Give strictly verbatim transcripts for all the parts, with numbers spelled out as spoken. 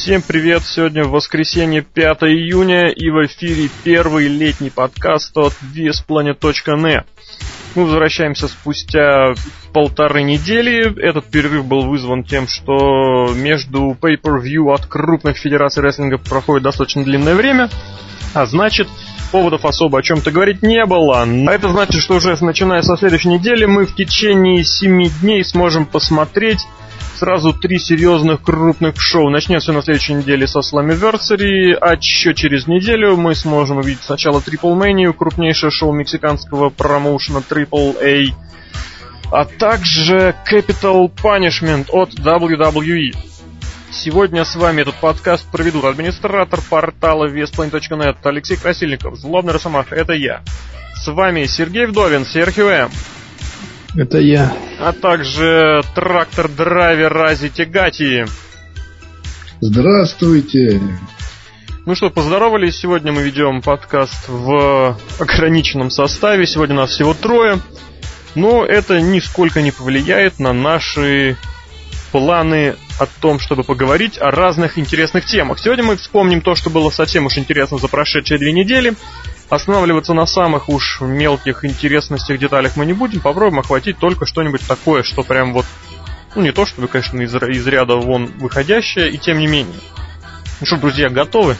Всем привет! Сегодня воскресенье, пятое июня, и в эфире первый летний подкаст от веспланет точка нет. Мы возвращаемся спустя полторы недели. Этот перерыв был вызван тем, что между pay-per-view от крупных федераций рестлинга проходит достаточно длинное время, а значит, поводов особо о чем-то говорить не было. А это значит, что уже начиная со следующей недели мы в течение семи дней сможем посмотреть сразу три серьезных крупных шоу. Начнется на следующей неделе со Slammiversary, а еще через неделю мы сможем увидеть сначала Triple Mania, крупнейшее шоу мексиканского промоушена Triple A, а также Capital Punishment от дабл ю дабл ю и. Сегодня с вами этот подкаст проведут администратор портала веспланет точка нет Алексей Красильников, Злобный Росомаха, это я. С вами Сергей Вдовин, Серхио М. Это я. А также трактор-драйвер Рази Тегати. Здравствуйте. Ну что, поздоровались. Сегодня мы ведем подкаст в ограниченном составе. Сегодня нас всего трое. Но это нисколько не повлияет на наши планы о том, чтобы поговорить о разных интересных темах. Сегодня мы вспомним то, что было совсем уж интересно за прошедшие две недели. Останавливаться на самых уж мелких интересностях, деталях мы не будем. Попробуем охватить только что-нибудь такое, что прям вот... Ну, не то, чтобы, конечно, из, из ряда вон выходящее, и тем не менее. Ну что, друзья, готовы?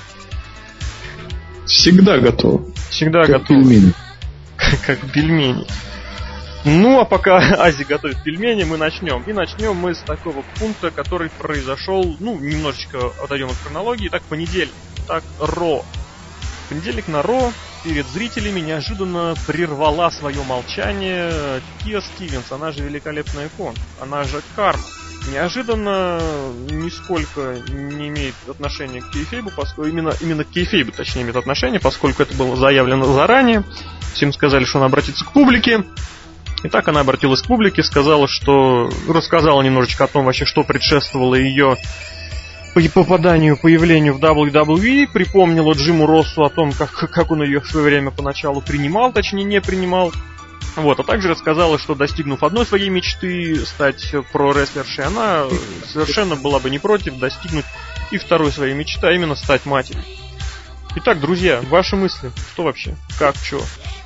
Всегда готовы. Всегда как готовы. Пельмени. Как пельмени. Ну, а пока Ази готовит пельмени, мы начнем. И начнем мы с такого пункта, который произошел, ну, немножечко отойдем от хронологии. Так, понедельник. Так, Ро. В понедельник на Ро перед зрителями неожиданно прервала свое молчание Киа Стивенс, она же великолепная икона, она же Карма. Неожиданно нисколько не имеет отношения к кейфейбу, поскольку именно, именно к кейфейбу, точнее, имеет отношение, поскольку это было заявлено заранее. Всем сказали, что она обратится к публике. И так она обратилась к публике, сказала, что... Рассказала немножечко о том вообще, что предшествовало ее попаданию, появлению в дабл ю дабл ю и, припомнила Джиму Россу о том, как, как он ее в свое время поначалу принимал, точнее не принимал. Вот, а также рассказала, что достигнув одной своей мечты стать про-рестлершей, она совершенно была бы не против достигнуть и второй своей мечты, а именно стать матерью. Итак, друзья, ваши мысли, что вообще, как, что?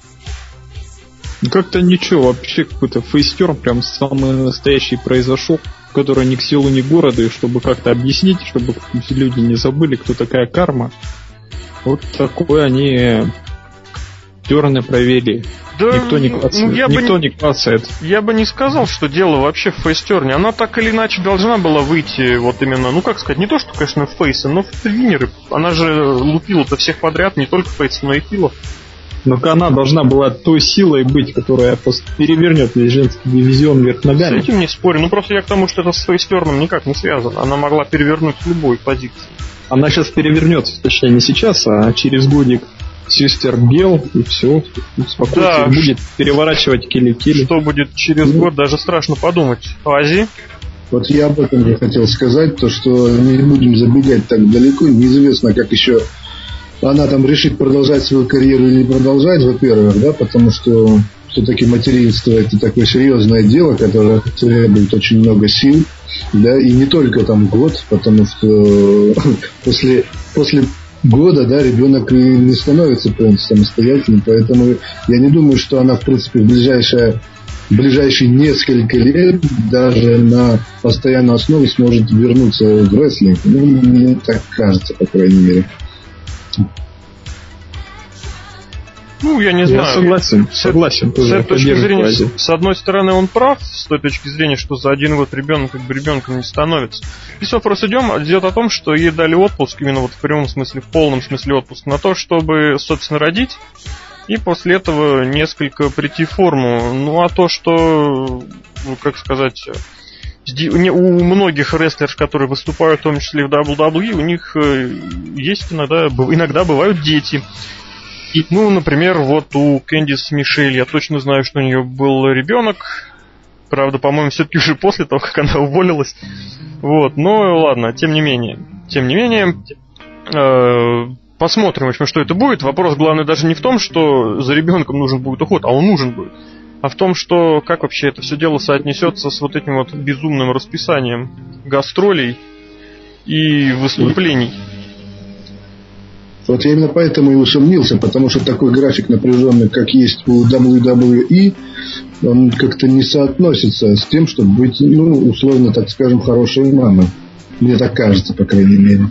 Как-то ничего, вообще какой-то фейстерн прям самый настоящий произошел, который ни к селу, ни к городу, и чтобы как-то объяснить, чтобы люди не забыли, кто такая Карма. Вот такое они терны провели. Да, никто не клацает. Ну, я никто бы, не клацает. Я бы не сказал, что дело вообще в фейстерне. Она так или иначе должна была выйти, вот именно, ну как сказать, не то, что, конечно, в фейсы, но в твиннеры. Она же лупила-то всех подряд, не только фейсов, но и хилов. Но она должна была той силой быть, которая перевернет весь женский дивизион вверх ногами. С этим не спорю. Ну просто я к тому, что это с фейстерном никак не связано. Она могла перевернуть в любой позиции. Она сейчас перевернется, точнее не сейчас, а через годик Сестер Бел, и все. Успокойтесь, да, будет переворачивать кили-кили. Что будет через год, даже страшно подумать. Ази? Вот я об этом же хотел сказать, то что не будем забегать так далеко. Неизвестно, как еще она там решит продолжать свою карьеру или не продолжать, во-первых, да, потому что все-таки материнство — это такое серьезное дело, которое требует очень много сил, да, и не только там год, потому что после, после года, да, ребенок и не становится полностью самостоятельным, поэтому я не думаю, что она, в принципе, в ближайшее в ближайшие несколько лет даже на постоянной основе сможет вернуться в рестлинг. Ну, мне так кажется, по крайней мере. Ну, я не знаю. Я согласен, с, согласен. С, с этой точки зрения, с, с одной стороны, он прав, с той точки зрения, что за один год ребенок как бы ребенком не становится. Здесь вопрос идем, идет о том, что ей дали отпуск, именно вот в прямом смысле, в полном смысле отпуск, на то, чтобы, собственно, родить, и после этого несколько прийти в форму. Ну, а то, что, ну, как сказать, у многих рестлеров, которые выступают, в том числе в дабл ю дабл ю и, у них есть иногда, иногда бывают дети. И, ну, например, вот у Кэндис Мишель, я точно знаю, что у нее был ребенок. Правда, по-моему, все-таки уже после того, как она уволилась. Вот, но ладно, тем не менее. Тем не менее, э, посмотрим, в общем, что это будет. Вопрос главный даже не в том, что за ребенком нужен будет уход, а он нужен будет. А в том, что как вообще это все дело соотнесется с вот этим вот безумным расписанием гастролей и выступлений. Вот я именно поэтому и усомнился, потому что такой график напряженный, как есть у дабл ю дабл ю и, он как-то не соотносится с тем, чтобы быть, ну, условно, так скажем, хорошей мамой. Мне так кажется, по крайней мере.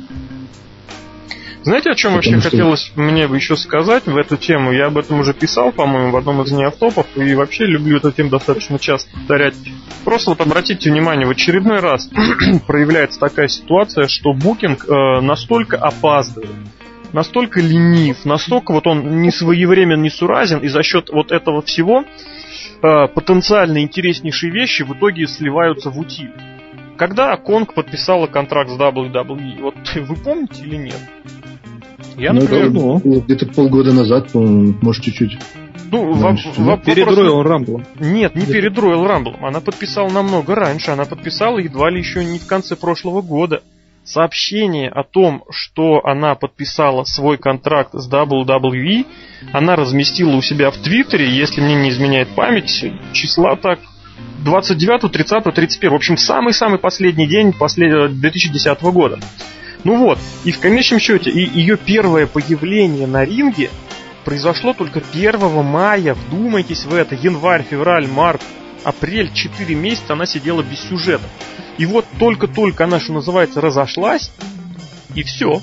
Знаете, о чем Потому вообще что... хотелось мне бы еще сказать в эту тему? Я об этом уже писал, по-моему, в одном из неавтопов, и вообще люблю эту тему достаточно часто повторять. Просто вот обратите внимание, в очередной раз проявляется такая ситуация, что букинг э, настолько опаздывает, настолько ленив, настолько вот он не своевремен, не суразен, и за счет вот этого всего э, потенциально интереснейшие вещи в итоге сливаются в утиль. Когда Конг подписала контракт с дабл ю дабл ю и, вот вы помните или нет? Я, ну, например... Ну, где-то полгода назад, может, чуть-чуть. Ну, во, во, перед вопрос... Royal Rumble. Нет, не перед Royal Rumble. Она подписала намного раньше. Она подписала едва ли еще не в конце прошлого года. Сообщение о том, что она подписала свой контракт с дабл ю дабл ю и, она разместила у себя в Твиттере, если мне не изменяет память, числа так двадцать девятого, тридцатого, тридцать первого. В общем, самый-самый последний день послед... две тысячи десятого года. Ну вот, и в конечном счете, и ее первое появление на ринге произошло только первого мая. Вдумайтесь в это. Январь, февраль, март, апрель, четыре месяца она сидела без сюжета. И вот только-только она, что называется, разошлась, и все.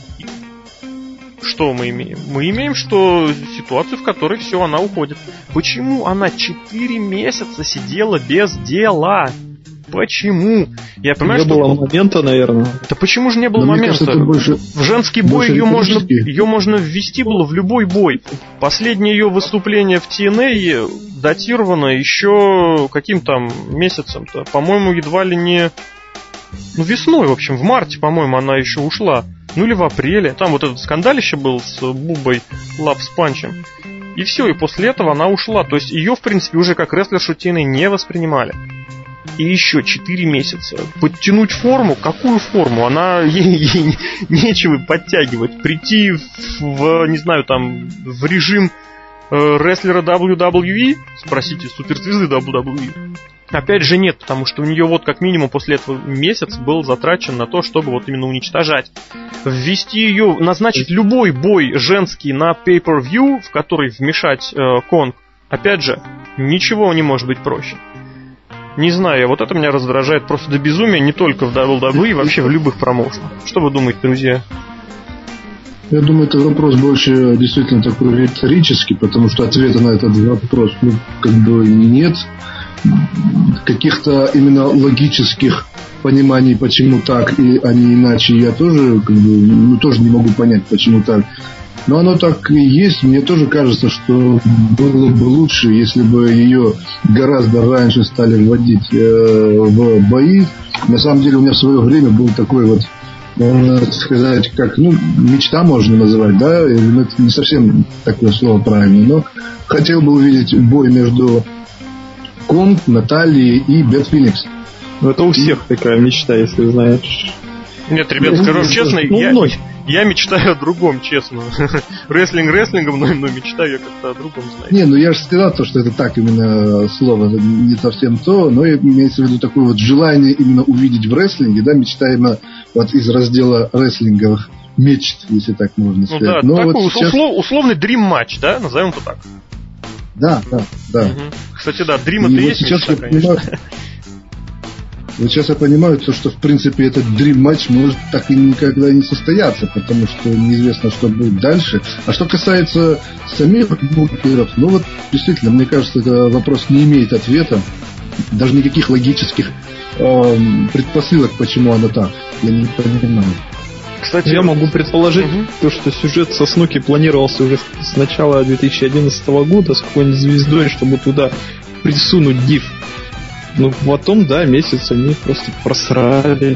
Что мы имеем? Мы имеем, что ситуацию, в которой все, она уходит. Почему она четыре месяца сидела без дела? Почему? Я понимаю, не что... было момента, наверное. Да почему же не было Но момента? Кажется, больше, в женский бой ее можно, ее можно ввести было в любой бой. Последнее ее выступление в ти эн эй датировано еще каким там месяцем-то? По-моему, едва ли не... Ну, весной, в общем, в марте, по-моему, она еще ушла. Ну, или в апреле. Там вот этот скандалище был с Бубой Лав Спанчем. И все, и после этого она ушла. То есть ее, в принципе, уже как рестлершу ти эн эй не воспринимали. И еще четыре месяца. Подтянуть форму? Какую форму? Она ей, ей нечего подтягивать. Прийти в, в, не знаю, там, в режим э, рестлера дабл ю дабл ю и? Спросите, суперзвезды дабл ю дабл ю и. Опять же нет, потому что у нее вот как минимум после этого месяц был затрачен на то, чтобы вот именно уничтожать. Ввести ее, назначить любой бой женский на pay-per-view, в который вмешать э, Конг. Опять же, ничего не может быть проще. Не знаю, вот это меня раздражает просто до безумия, не только в дабл ю дабл ю и, вообще в любых промоушенах. Что вы думаете, друзья? Я думаю, это вопрос больше действительно такой риторический, потому что ответа на этот вопрос, ну, как бы нет. Каких-то именно логических пониманий, почему так, и, а не иначе, я тоже, как бы, ну, тоже не могу понять, почему так. Но оно так и есть. Мне тоже кажется, что было бы лучше, если бы ее гораздо раньше стали вводить э, в бои. На самом деле у меня в свое время был такой вот, можно сказать, как, ну, мечта можно называть, да, это не совсем такое слово правильное, но хотел бы увидеть бой между Конг, Натальей и Бет Феникс. Ну, это у всех такая мечта, если знаешь. Нет, ребят, скажу вам честно, ну, я, мной. я мечтаю о другом, честно. Рестлинг рестлингом, но, но мечтаю я как-то о другом, знаете. Не, ну я же сказал то, что это так именно слово, не совсем то, но имеется в виду такое вот желание именно увидеть в рестлинге, да, мечта именно вот из раздела рестлинговых мечт, если так можно сказать. Ну да, но такой вот сейчас... услов, условный дрим-матч, да, назовем это так. Да, да, да. Угу. Кстати, да, дрим это и есть вот сейчас мечта, я конечно. Понимаю, вот сейчас я понимаю, то, что в принципе этот дрим-матч может так и никогда не состояться, потому что неизвестно, что будет дальше. А что касается самих букеров, ну вот действительно, мне кажется, этот вопрос не имеет ответа, даже никаких логических э, предпосылок, почему оно так. Я не понимаю. Кстати, я могу предположить, угу. то, что сюжет со Снуки планировался уже с начала две тысячи одиннадцатого года с какой-нибудь звездой, чтобы туда присунуть див. Ну, потом, да, месяц они просто просрали.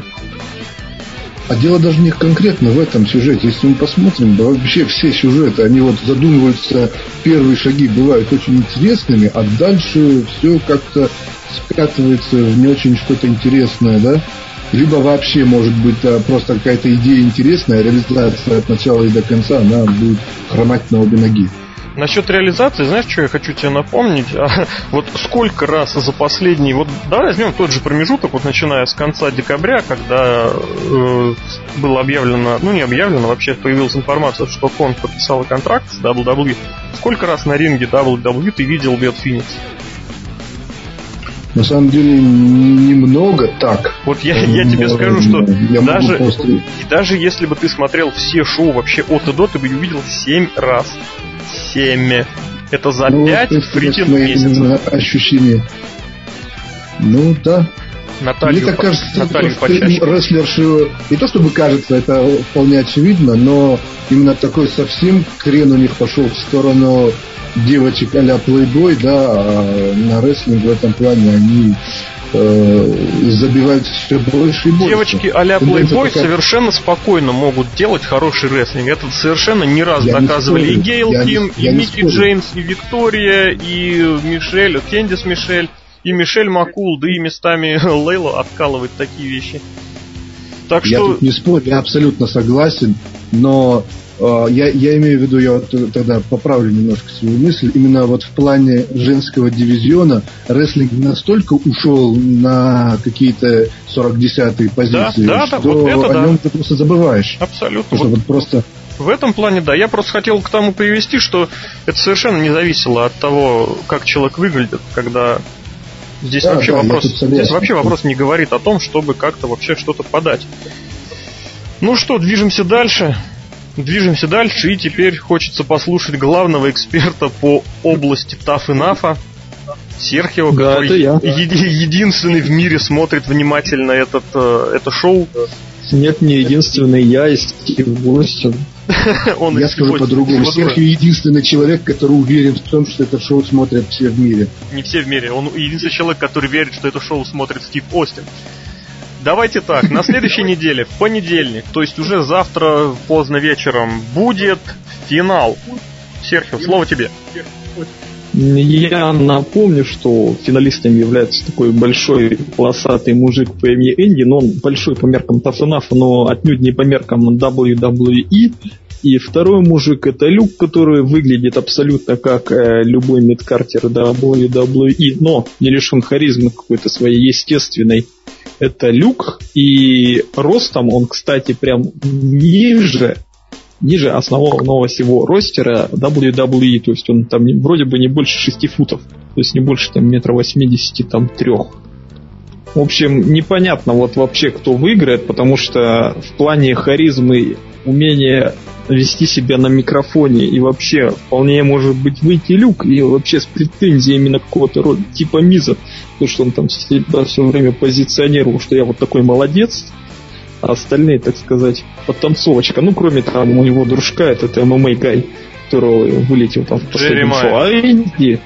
А дело даже не конкретно в этом сюжете. Если мы посмотрим, да, вообще все сюжеты, они вот задумываются, первые шаги бывают очень интересными, а дальше все как-то скатывается в не очень что-то интересное, да? Либо вообще, может быть, просто какая-то идея интересная, реализация от начала и до конца, она будет хромать на обе ноги. Насчет реализации, знаешь, что я хочу тебе напомнить? А, вот сколько раз за последний... Вот давай возьмем тот же промежуток, вот начиная с конца декабря, когда э, было объявлено, ну не объявлено, вообще появилась информация, что Конг подписала контракт с дабл ю дабл ю и. Сколько раз на ринге дабл ю дабл ю и ты видел Бет Феникс? На самом деле немного так. Вот я, я тебе скажу, что даже, даже если бы ты смотрел все шоу вообще от и до, ты бы увидел семь раз. Семь. Это за ну, пять фрикин месяцев. Ощущение. Ну да. Наталью, Мне так кажется, Наталью что рестлерши, не то чтобы кажется, это вполне очевидно, но именно такой совсем крен у них пошел в сторону девочек а-ля Playboy, да, а на рестлинг в этом плане они э, забивают все больше и больше. Девочки а-ля Playboy такая... совершенно спокойно могут делать хороший рестлинг. Это совершенно не раз я доказывали не и Гейл Ким, и Микки Джеймс, и Виктория, и Мишель, Кендис Мишель, и Мишель Маккул, да и местами Лейла откалывает такие вещи. Так я что... тут не спорю, я абсолютно согласен, но э, я, я имею в виду, я вот тогда поправлю немножко свою мысль, именно вот в плане женского дивизиона рестлинг настолько ушел на какие-то сорок десятые позиции, да, да, что вот это о да. нем ты просто забываешь. Абсолютно. Вот. Вот просто... В этом плане, да, я просто хотел к тому привести, что это совершенно не зависело от того, как человек выглядит, когда... Здесь, да, вообще, да, вопрос, здесь вообще вопрос не говорит о том, чтобы как-то вообще что-то подать. Ну что, движемся дальше. Движемся дальше, и теперь хочется послушать главного эксперта по области Tough Enough, Серхио, да, который еди- единственный в мире смотрит внимательно этот, это шоу. Нет, не единственный, я и Стив Остин. Он я скажу по-другому. Серхио единственный человек, который уверен в том, что это шоу смотрят все в мире. Не все в мире. Он единственный человек, который верит, что это шоу смотрит Стив Остин. Давайте так, на следующей неделе, в понедельник, то есть уже завтра поздно вечером, будет финал. Серхио, слово тебе. Я напомню, что финалистом является такой большой полосатый мужик по имени Энди, но он большой по меркам Tough Enough, но отнюдь не по меркам дабл ю дабл ю и. И второй мужик — это Люк, который выглядит абсолютно как э, любой мидкартер дабл ю дабл ю и, но не лишен харизмы какой-то своей естественной. Это Люк, и ростом он, кстати, прям ниже... ниже основного всего ростера дабл ю дабл ю и, то есть он там не, вроде бы не больше шести футов, то есть не больше там метра восьмидесяти, там трех. В общем, непонятно вот вообще кто выиграет, потому что в плане харизмы, умения вести себя на микрофоне и вообще вполне может быть выйти Люк и вообще с претензиями на какого-то рода типа Миза, потому что он там всегда все время позиционировал, что я вот такой молодец, а остальные, так сказать, подтанцовочка. Ну, кроме там у него дружка, этот эм эм эй-гай, которого вылетел там в последнем шоу. А Энди...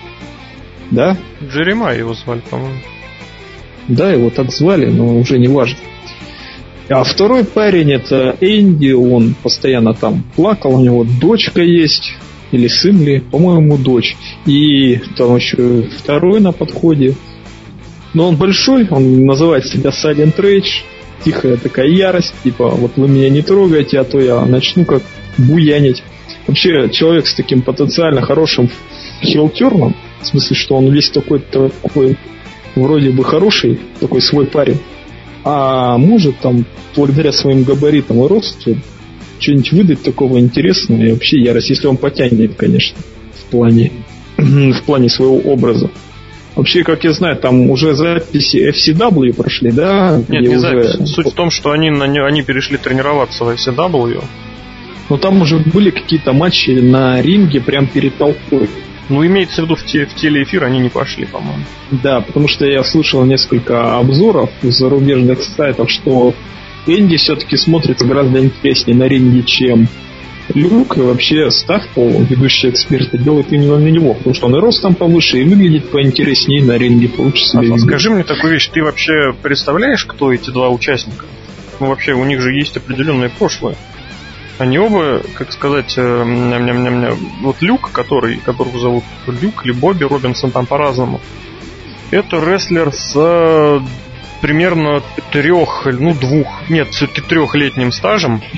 Да? Джеремай его звали, по-моему. Да, его так звали, но уже не важно. А второй парень — это Энди, он постоянно там плакал, у него дочка есть, или сын ли, по-моему, дочь. И там еще второй на подходе. Но он большой, он называет себя Silent Rage. Тихая такая ярость, типа, вот вы меня не трогаете, а то я начну как буянить. Вообще, человек с таким потенциально хорошим хилтерном, в смысле, что он весь такой, такой вроде бы хороший, такой свой парень, а может там, благодаря своим габаритам и росту, что-нибудь выдать такого интересного и вообще ярость, если он потянет, конечно, в плане, в плане своего образа. Вообще, как я знаю, там уже записи эф си дабл ю прошли, да? Нет, не уже... запись. Суть в том, что они, на не... они перешли тренироваться в эф си дабл ю. Но там уже были какие-то матчи на ринге прямо перед толпой. Ну, имеется в виду, в, те... в телеэфир они не пошли, по-моему. Да, потому что я слышал несколько обзоров из зарубежных сайтов, что Энди все-таки смотрится гораздо интереснее на ринге, чем Люк, и вообще ставку ведущий эксперты делает именно на него, потому что он и ростом повыше, и выглядит поинтереснее на ринге, получше себя. А скажи мне такую вещь, ты вообще представляешь, кто эти два участника? Ну, вообще, у них же есть определенное прошлое. Они оба, как сказать, ням-ням-ням-ням. Вот Люк, который, которого зовут Люк или Бобби Робинсон, там по-разному, это рестлер с примерно трех, ну, двух, нет, трехлетним стажем.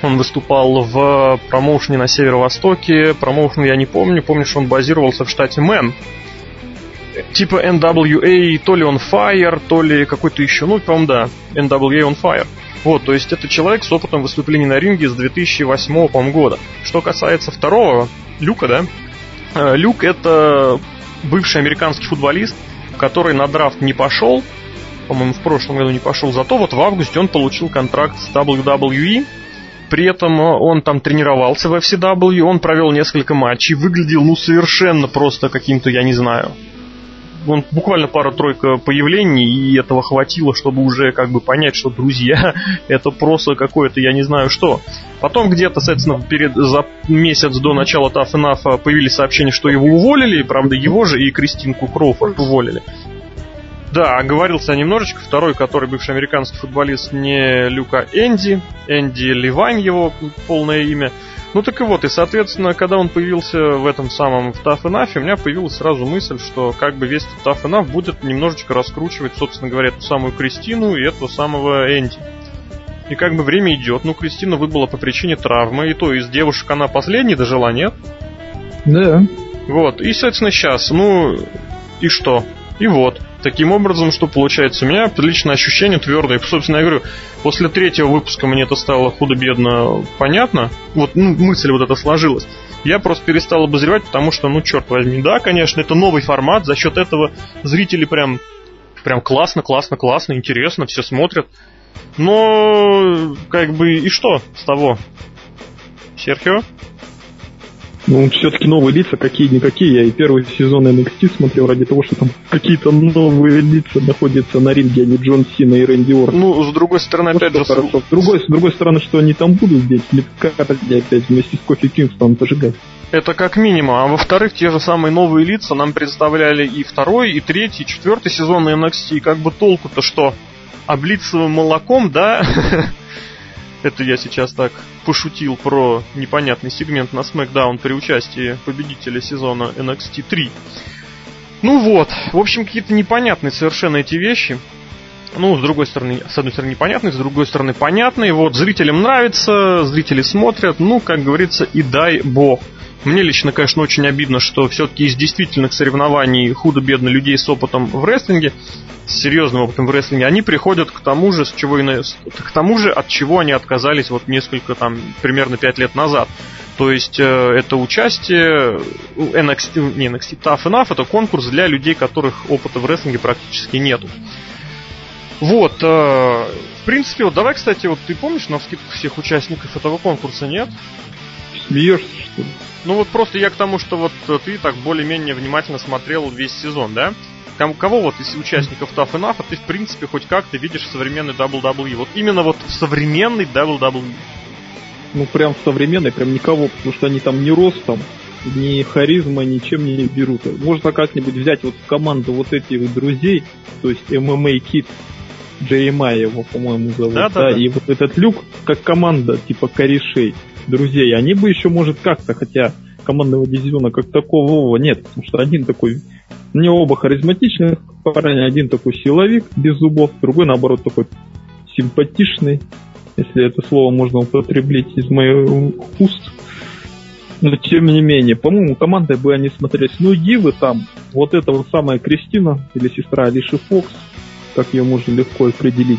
Он выступал в промоушене на Северо-Востоке. Промоушен я не помню. Помню, что он базировался в штате Мэн. Типа эн дабл ю эй, то ли on fire, то ли какой-то еще, ну, по-моему, да, эн дабл ю эй on fire. Вот, то есть это человек с опытом выступлений на ринге с две тысячи восьмого, по-моему, года. Что касается второго, Люка, да, Люк — это бывший американский футболист, который на драфт не пошел, по-моему, в прошлом году не пошел, зато вот в августе он получил контракт с дабл ю дабл ю и. При этом он там тренировался в эф си дабл ю, он провел несколько матчей, выглядел, ну, совершенно просто каким-то, я не знаю... Он буквально пара-тройка появлений, и этого хватило, чтобы уже как бы понять, что друзья, это просто какое-то, я не знаю что. Потом где-то, соответственно, перед, за месяц до начала Tough Enough появились сообщения, что его уволили, правда, его же и Кристинку Кроуфорд уволили. Да, оговорился немножечко. Второй, который бывший американский футболист, не Люка Энди, Энди Левайн его полное имя. Ну так и вот, и соответственно, когда он появился в этом самом в Tough Enough, у меня появилась сразу мысль, что как бы весь Tough Enough будет немножечко раскручивать, собственно говоря, эту самую Кристину и этого самого Энди. И как бы время идет, ну Кристина выбыла по причине травмы, и то из девушек она последней дожила, нет? Да. Вот, и соответственно сейчас, ну и что? И вот. Таким образом, что получается, у меня личное ощущение твердое. Собственно, я говорю, после третьего выпуска мне это стало худо-бедно понятно. Вот, ну, мысль вот эта сложилась. Я просто перестал обозревать, потому что, ну, черт возьми, да, конечно, это новый формат. За счет этого зрители прям, прям классно, классно, классно, интересно, все смотрят. Но, как бы, и что с того? Серхио? Ну, все-таки новые лица какие-никакие. Я и первый сезон эн экс ти смотрел ради того, что там какие-то новые лица находятся на ринге, а не Джон Сина и Рэнди Ортон. Ну, с другой стороны, ну, опять же... Хорошо. С другой, с другой стороны, что они там будут здесь, Мидкарди опять вместе с Кофи Кингстоном зажигать. Это как минимум. А во-вторых, те же самые новые лица нам представляли и второй, и третий, и четвертый сезон эн экс ти. И как бы толку-то что? Облиться молоком, да? Это я сейчас так пошутил про непонятный сегмент на SmackDown при участии победителя сезона эн экс ти три. Ну вот, в общем, какие-то непонятные совершенно эти вещи. Ну, с другой стороны, с одной стороны непонятные, с другой стороны понятные. Вот, зрителям нравится, зрители смотрят, ну, как говорится, и дай бог. Мне лично, конечно, очень обидно, что все-таки из действительных соревнований худо-бедно людей с опытом в рестлинге, с серьезным опытом в рестлинге, они приходят к тому же, с чего и на... к тому же, от чего они отказались вот несколько, там, примерно пять лет назад. То есть э, это участие эн экс ти, не эн экс ти Tough Enough, это конкурс для людей, которых опыта в рестлинге практически нету. Вот, э, в принципе, вот давай, кстати, вот ты помнишь навскидку всех участников этого конкурса, нет? Смеешься, что ли? Ну вот просто я к тому, что вот ты так более-менее внимательно смотрел весь сезон, да? Кого вот из участников Tough Enough ты, в принципе, хоть как-то видишь в современной дабл ю дабл ю и? Вот именно вот в современной дабл ю дабл ю и. Ну, прям в современной, прям никого, потому что они там ни ростом, ни харизма, ничем не берут. Можно как-нибудь взять вот в команду вот этих друзей, то есть эм эм эй Kid, джей эм ай его, по-моему, зовут, да, да, да, и вот этот Люк, как команда, типа корешей, друзей, они бы еще, может, как-то, хотя командного дивизиона как такового нет, потому что один такой, не оба харизматичных парня, один такой силовик без зубов, другой, наоборот, такой симпатичный, если это слово можно употреблять из моих уст. Но тем не менее, по-моему, командой бы они смотрелись. Ну, дивы там, вот эта вот самая Кристина, или сестра Алиши Фокс, как ее можно легко определить,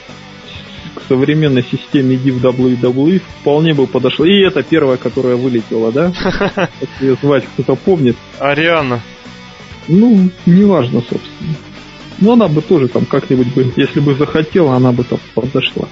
к современной системе див дабл ю дабл ю и вполне бы подошла. И это первая, которая вылетела, да? Как ее звать, кто-то помнит? Ариана. Ну, неважно, собственно. Но она бы тоже там как-нибудь бы, если бы захотела, она бы там подошла.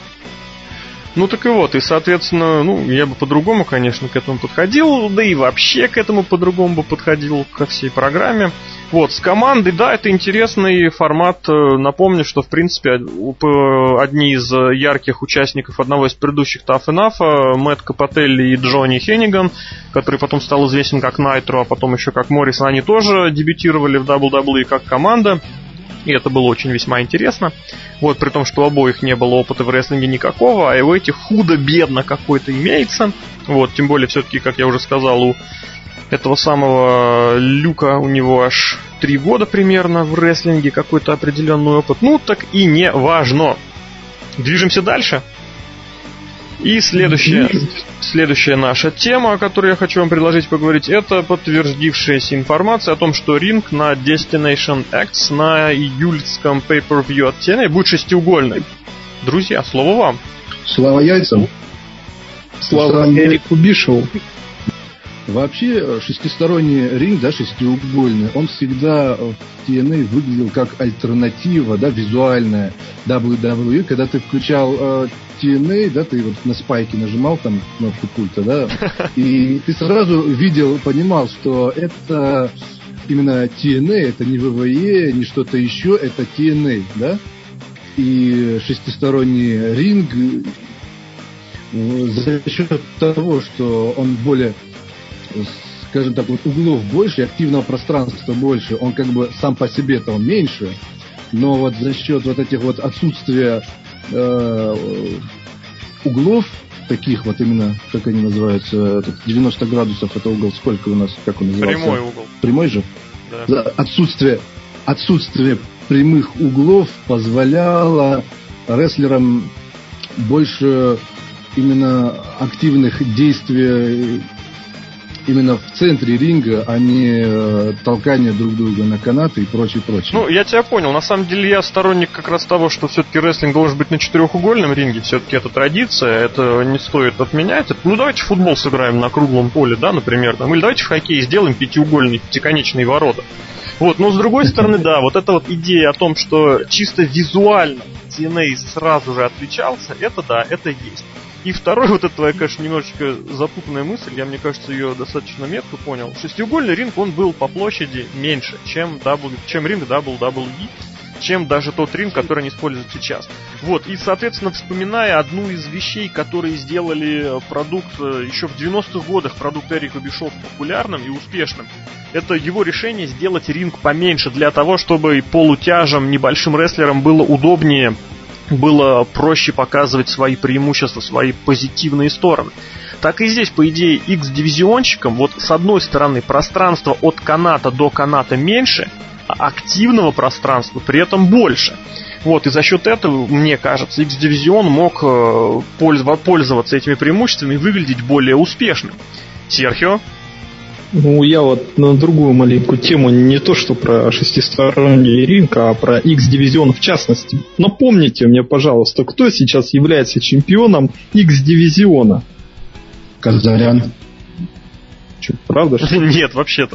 Ну так и вот, и соответственно, ну, я бы по-другому, конечно, к этому подходил, да и вообще к этому по-другому бы подходил, ко всей программе. Вот, с командой, да, это интересный формат. Напомню, что, в принципе, одни из ярких участников одного из предыдущих Tough Enough, Мэтт Капотелли и Джонни Хенниган, который потом стал известен как Найтро, а потом еще как Моррисон, они тоже дебютировали в дабл ю дабл ю и как команда. И это было очень весьма интересно. Вот, при том, что у обоих не было опыта в рестлинге никакого, а у этих худо-бедно какой-то имеется. Вот, тем более, все-таки, как я уже сказал, у этого самого Люка у него аж три года примерно в рестлинге, какой-то определенный опыт. Ну, так и не важно. Движемся дальше. И следующая, следующая наша тема, о которой я хочу вам предложить поговорить, это подтвердившаяся информация о том, что ринг на Destination X на июльском pay-per-view от ти эн эй будет шестиугольный. Друзья, слово вам. Слава яйцам. Слава Эрику Бишеву. Вообще, шестисторонний ринг, да, шестиугольный, он всегда в ти эн эй выглядел как альтернатива, да, визуальная дабл ю дабл ю и. Когда ты включал э, ти эн эй, да, ты вот на спайке нажимал там кнопку пульта, да, и ты сразу видел, понимал, что это именно ти эн эй, это не вэ вэ е, не что-то еще, это ти эн эй, да. И шестисторонний ринг за счет того, что он более, скажем так, вот углов больше, активного пространства больше, он как бы сам по себе-то он меньше, но вот за счет вот этих вот отсутствия э, углов, таких вот именно, как они называются, девяносто градусов, это угол сколько у нас, как он называется? Прямой угол. Прямой же? Да. Отсутствие, отсутствие прямых углов позволяло рестлерам больше именно активных действий именно в центре ринга, а не толкание друг друга на канаты и прочее, прочее. Ну, я тебя понял. На самом деле, я сторонник как раз того, что все-таки рестлинг должен быть на четырехугольном ринге. Все-таки это традиция, это не стоит отменять. Ну, давайте в футбол сыграем на круглом поле, да, например. Там. Или давайте в хоккее сделаем пятиугольные, пятиконечные ворота. Вот, но с другой стороны, да, вот эта вот идея о том, что чисто визуально ти эн эй сразу же отличался, это да, это есть. И второй, вот это твоя, конечно, немножечко запутанная мысль, я, мне кажется, ее достаточно метко понял. Шестиугольный ринг, он был по площади меньше, чем, w, чем ринг дабл ю дабл ю и, чем даже тот ринг, который они используют сейчас. Вот, и, соответственно, вспоминая одну из вещей, которые сделали продукт еще в девяностых годах, продукт Эрика Бишова популярным и успешным, это его решение сделать ринг поменьше, для того, чтобы полутяжам, небольшим рестлерам было удобнее, было проще показывать свои преимущества, свои позитивные стороны. Так и здесь, по идее, X-дивизионщикам, вот с одной стороны, пространство от каната до каната меньше, а активного пространства при этом больше. Вот, и за счет этого, мне кажется, X-дивизион мог пользоваться этими преимуществами и выглядеть более успешным. Серхио? Ну, я вот на другую маленькую тему, не то что про шестисторонний ринг, а про X-дивизион в частности. Напомните мне, пожалуйста, кто сейчас является чемпионом X-дивизиона? Казарян. Че, правда, что ли? Нет, вообще-то.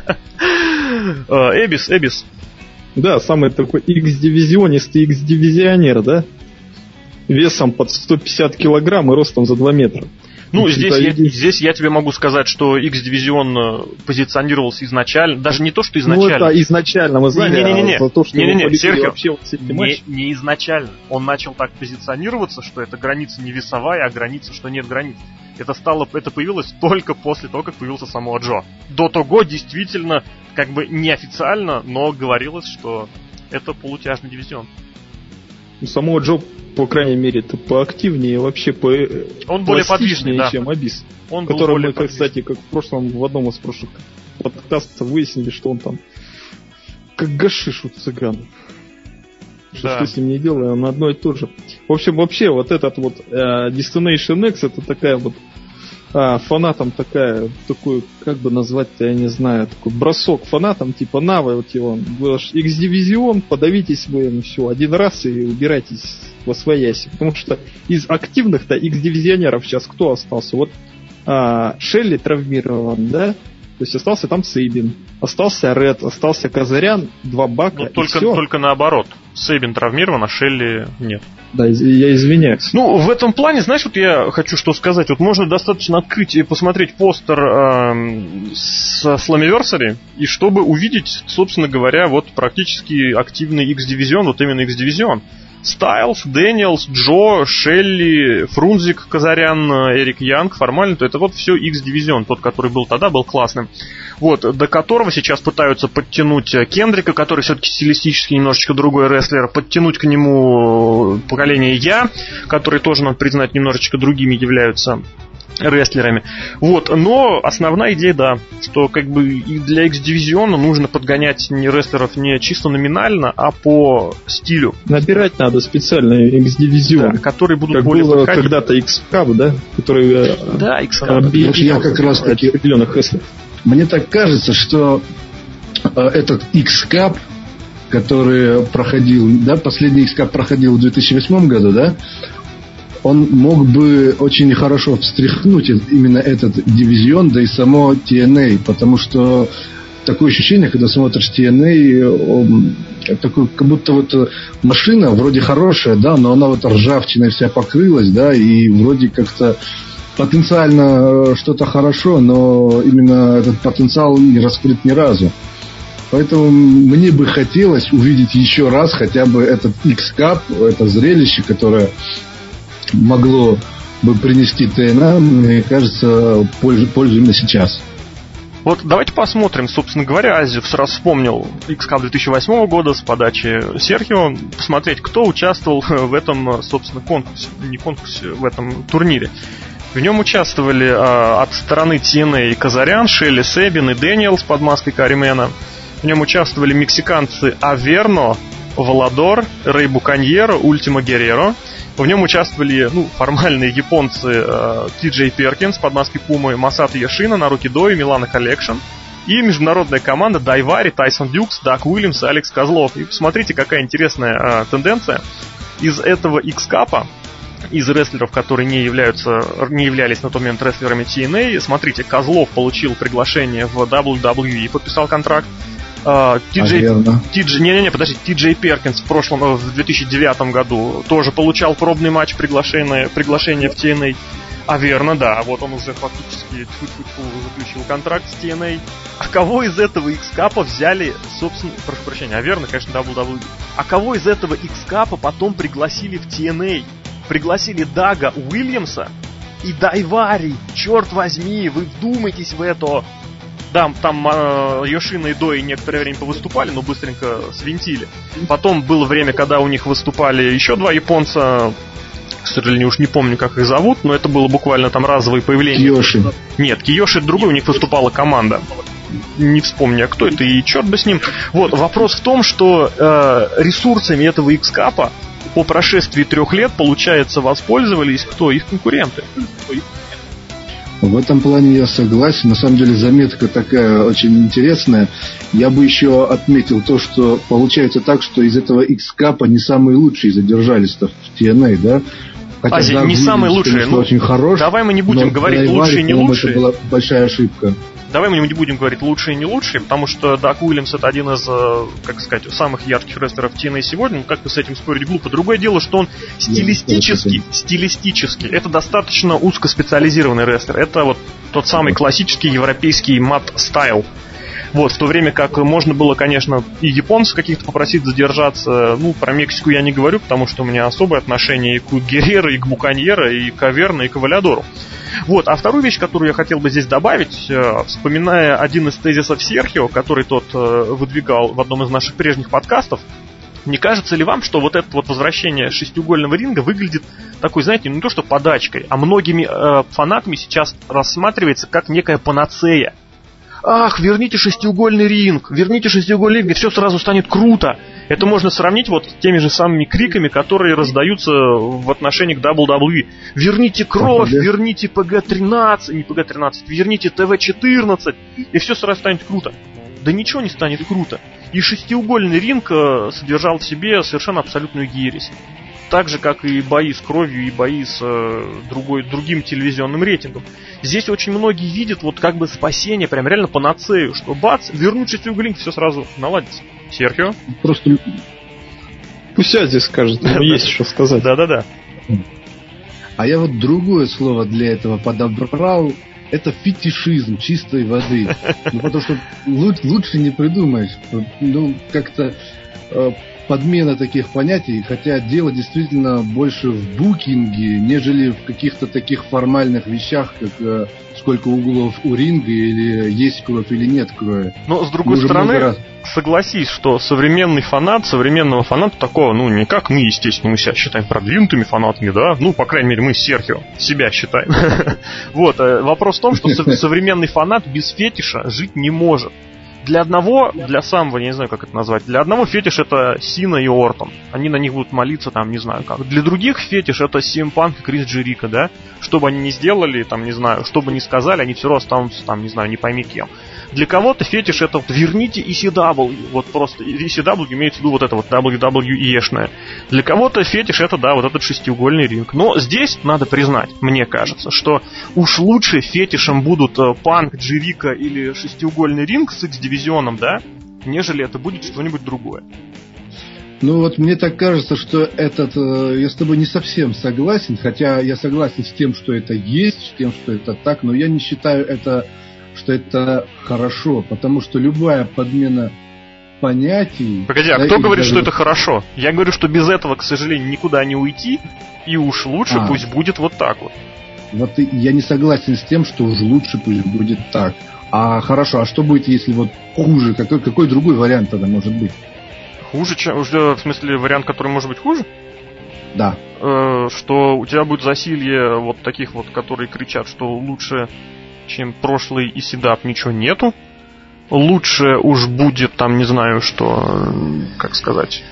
Эбис, Эбис. Да, самый такой X-дивизионистый X-дивизионер, да? Весом под сто пятьдесят килограмм и ростом за два метра. Ну, здесь я, здесь я тебе могу сказать, что X-дивизион позиционировался изначально, даже не то, что изначально. Ну, это изначально, мы знали, не-не-не-не. а за то, что не-не-не. Серхио, вообще вот все эти не, матчи. не изначально. Он начал так позиционироваться, что это граница не весовая, а граница, что нет границ. Это стало, это появилось только после того, как появился Самоа Джо. До того действительно, как бы неофициально, но говорилось, что это полутяжный дивизион. У Самоа Джо, по крайней мере, это поактивнее, вообще по он более подвижный, да, чем Абис. Он который мы, подвижный. Кстати, как в прошлом, в одном из прошлых подкастов выяснили, что он там как гашиш у цыган. Что, Да. что с ним не делаем, на одно и то же. В общем, вообще, вот этот вот э, Destination X, это такая вот а, фанатам такая, такой, как бы назвать-то, я не знаю, такой бросок фанатам, типа, на, вы вот его, ваш X-дивизион, подавитесь вы, ну все, один раз и убирайтесь во свояси. Потому что из активных-то X-дивизионеров сейчас кто остался? Вот а, Шелли травмирован, да? То есть остался там Сейбин, остался Ред, остался Казарян, два Бака, Ну, и только, все. только наоборот. Сейбин травмирован, а Шелли нет. Да, из- я извиняюсь. Ну, в этом плане, знаешь, вот я хочу что сказать. Вот можно достаточно открыть и посмотреть постер эм, с Slammiversary, и чтобы увидеть, собственно говоря, вот практически активный X-дивизион, вот именно X-дивизион. Стайлз, Дэниелс, Джо, Шелли, Фрунзик, Казарян, Эрик Янг, формально, то это вот все X-дивизион, тот, который был тогда, был классным. Вот, до которого сейчас пытаются подтянуть Кендрика, который все-таки стилистически немножечко другой рестлер, подтянуть к нему поколение Я, которые тоже, надо признать, немножечко другими являются. рестлерами. Вот, но основная идея, да, что как бы и для X-дивизиона нужно подгонять не рестлеров не чисто номинально, а по стилю. Набирать надо специально X-дивизион. Да, которые будут как более было подходить. Когда-то X-Cup, да? Который да, X-Cup. Я как раз таки определенных рестлеров. Мне так кажется, что э, этот X-Cup, который проходил, да, последний X-Cup проходил в две тысячи восьмом году, да, он мог бы очень хорошо встряхнуть именно этот дивизион, да и само ти эн эй, потому что такое ощущение, когда смотришь ти эн эй, он, такой, как будто вот машина вроде хорошая, да, но она вот ржавчиной вся покрылась, да, и вроде как-то потенциально что-то хорошо, но именно этот потенциал не раскрыт ни разу. Поэтому мне бы хотелось увидеть еще раз хотя бы этот X-Cup, это зрелище, которое могло бы принести ти эн эй, мне кажется, пользу, пользу именно сейчас. Вот давайте посмотрим, собственно говоря, Азиев сразу вспомнил X-Cup две тысячи восьмого года с подачи Серхио, посмотреть, кто участвовал в этом, собственно, конкурсе, не конкурсе, в этом турнире. В нем участвовали а, от стороны ти эн эй Казарян, Шелли Себин и Дэниелс под маской Каримена. В нем участвовали мексиканцы Аверно, Валадор, Рэй Буканьеро, Ультимо Герреро. В нем участвовали, ну, формальные японцы э, Ти Джей Перкинс под маской Пумы, Масато Яшина, Наруки Дой, Милана Коллекшн. И международная команда Дайвари, Тайсон Дюкс, Дак Уильямс, Алекс Козлов. И посмотрите, какая интересная э, тенденция. Из этого X-Cup, из рестлеров, которые не, являются, не являлись на тот момент рестлерами ти эн эй, смотрите, Козлов получил приглашение в дабл ю дабл ю и, подписал контракт. Ти Джей, не-не-не, подожди, Ти Джей Перкинс в прошлом, в две тысячи девятом году тоже получал пробный матч, приглашение, приглашение в ти эн эй. А верно, да, вот он уже фактически заключил контракт с ти эн эй. А кого из этого X-Cup взяли, собственно, прошу прощения, а верно, конечно, дабл ю дабл ю и. А кого из этого X-Cup потом пригласили в ти эн эй? Пригласили Дага Уильямса и Дайвари. Черт возьми, вы вдумайтесь в это. Да, там э, Йошина и Дой некоторое время повыступали, но быстренько свинтили. Потом было время, когда у них выступали еще два японца. К сожалению, уж не помню, как их зовут, но это было буквально там разовое появление. Киёши. Нет, Киёши другой, у них выступала команда. Не вспомню, а кто это, и черт бы с ним. Вот, вопрос в том, что э, ресурсами этого X-Cup по прошествии трех лет, получается, воспользовались кто? Их конкуренты. В этом плане я согласен. На самом деле заметка такая очень интересная. Я бы еще отметил то, что получается так, что из этого X-Cup не самые лучшие задержались-то в ти эн эй, да? Хотя Ази, не самые лучшие. Ну, очень хорош. Давай мы не будем говорить лучшие и не лучшие. Это была большая ошибка. Давай мы не будем говорить лучшие и не лучшие, потому что Дак Уильямс это один из, как сказать, самых ярких рестлеров ти эн эй сегодня. Ну, как-то с этим спорить глупо. Другое дело, что он стилистически, стилистически, это достаточно узкоспециализированный рестлер. Это вот тот самый классический европейский мат-стайл. Вот, в то время как можно было, конечно, и японцев каких-то попросить задержаться. Ну, про Мексику я не говорю, потому что у меня особое отношение и к Герреро, и к Буканьеро, и к Аверно, и к Валядору. Вот, а вторую вещь, которую я хотел бы здесь добавить, вспоминая один из тезисов Серхио, который тот выдвигал в одном из наших прежних подкастов, не кажется ли вам, что вот это вот возвращение шестиугольного ринга выглядит такой, знаете, не то что подачкой, а многими э, фанатами сейчас рассматривается как некая панацея? Ах, верните шестиугольный ринг, верните шестиугольный ринг, и все сразу станет круто. Это можно сравнить вот с теми же самыми криками, которые раздаются в отношении к дабл ю дабл ю и. Верните кровь, верните пэ гэ тринадцать, не пэ гэ тринадцать, верните тэ вэ четырнадцать, и все сразу станет круто. Да ничего не станет круто. И шестиугольный ринг содержал в себе совершенно абсолютную ересь. Так же, как и бои с кровью, и бои с э, другой, другим телевизионным рейтингом. Здесь очень многие видят вот как бы спасение, прям реально панацею, что бац, вернуть шестиугольник, все сразу наладится. Серхио? Просто пусть Ази скажет, но есть что сказать. Да-да-да. А я вот другое слово для этого подобрал. Это фетишизм чистой воды. Ну, потому что лучше не придумаешь. Ну, как-то подмена таких понятий, хотя дело действительно больше в букинге, нежели в каких-то таких формальных вещах, как сколько углов у ринга, или есть кровь, или нет крови. Но, с другой стороны, согласись, что современный фанат, современного фаната такого, ну, не как мы, естественно, мы себя считаем продвинутыми фанатами, да, ну, по крайней мере, мы с Серхио себя считаем. Вот, вопрос в том, что современный фанат без фетиша жить не может. Для одного, для самого, я не знаю, как это назвать, для одного фетиш это Сина и Ортон. Они на них будут молиться, там, не знаю как. Для других фетиш это си эм Punk и Крис Джерико, да? Что бы они ни сделали, там, не знаю, что бы ни сказали, они все равно останутся, там, не знаю, не пойми кем. Для кого-то фетиш это вот верните и си дабл ю, вот просто и си дабл ю имеется в виду вот это вот дабл ю дабл ю и-шное. Для кого-то фетиш это, да, вот этот шестиугольный ринг. Но здесь надо признать, мне кажется, что уж лучше фетишем будут Панк, Джерико или шестиугольный ринг с X-дивизионом, да, нежели это будет что-нибудь другое. Ну вот мне так кажется, что этот, я с тобой не совсем согласен, хотя я согласен с тем, что это есть, с тем, что это так, но я не считаю это, что это хорошо, потому что любая подмена понятий... Погоди, а да, кто говорит, даже... что это хорошо? Я говорю, что без этого, к сожалению, никуда не уйти, и уж лучше а. пусть будет вот так вот. Вот я не согласен с тем, что уж лучше пусть будет так. А хорошо, а что будет, если вот хуже? Какой, какой другой вариант тогда может быть? Хуже, чем... В смысле, вариант, который может быть хуже? Да. Э, что у тебя будет засилье вот таких вот, которые кричат, что лучше, чем прошлый и седап, ничего нету. Лучше уж будет, там, не знаю, что... Как сказать...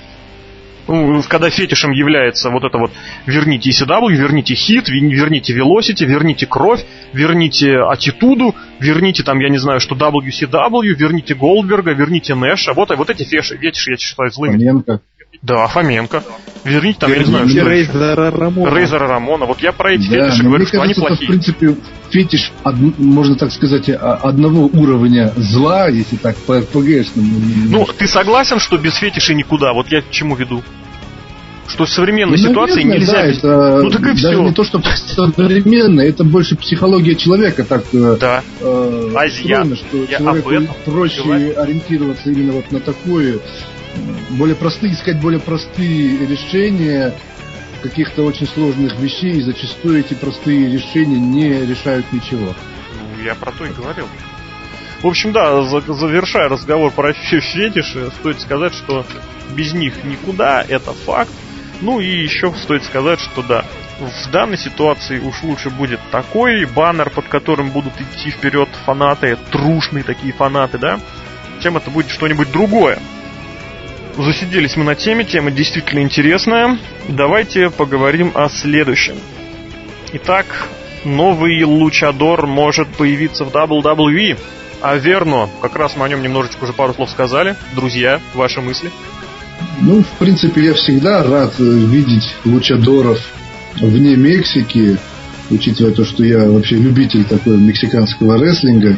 Ну, когда фетишем является вот это вот верните и си дабл ю, верните хит, верните Velocity, верните кровь, верните аттитуду, верните там, я не знаю, что дабл ю си дабл ю, верните Голдберга, верните Нэша. Вот, вот эти феши, фетиши я считаю злыми. Фоменко. Да, Фоменко. Верните там, верните, я не знаю, что... Рейзера Рамона. Рейзера Рамона. Вот я про эти да, фетиши говорю, что кажется, они плохие. Это, в принципе, фетиш, можно так сказать, одного уровня зла, если так, по эр пи джи-шному. Ну, ты согласен, что без фетишей никуда? Вот я к чему веду? Что в современной ну, ситуации наверное, нельзя... Да, это ну так и даже все. Не то, что современное, это больше психология человека так да. э, а устроена, я, что я человеку проще говорю. Ориентироваться именно вот на такое, более простые, искать более простые решения каких-то очень сложных вещей, и зачастую эти простые решения не решают ничего. Ну, я про то и говорил. В общем, да, завершая разговор про фетиши, стоит сказать, что без них никуда, это факт. Ну и еще стоит сказать, что да, в данной ситуации уж лучше будет такой баннер, под которым будут идти вперед фанаты, трушные такие фанаты, да, чем это будет что-нибудь другое. Засиделись мы на теме, тема действительно интересная. Давайте поговорим о следующем. Итак, новый лучадор может появиться в дабл ю дабл ю и. Аверно, как раз мы о нем немножечко уже пару слов сказали. Друзья, ваши мысли? Ну, в принципе, я всегда рад видеть лучадоров вне Мексики, учитывая то, что я вообще любитель такой мексиканского рестлинга.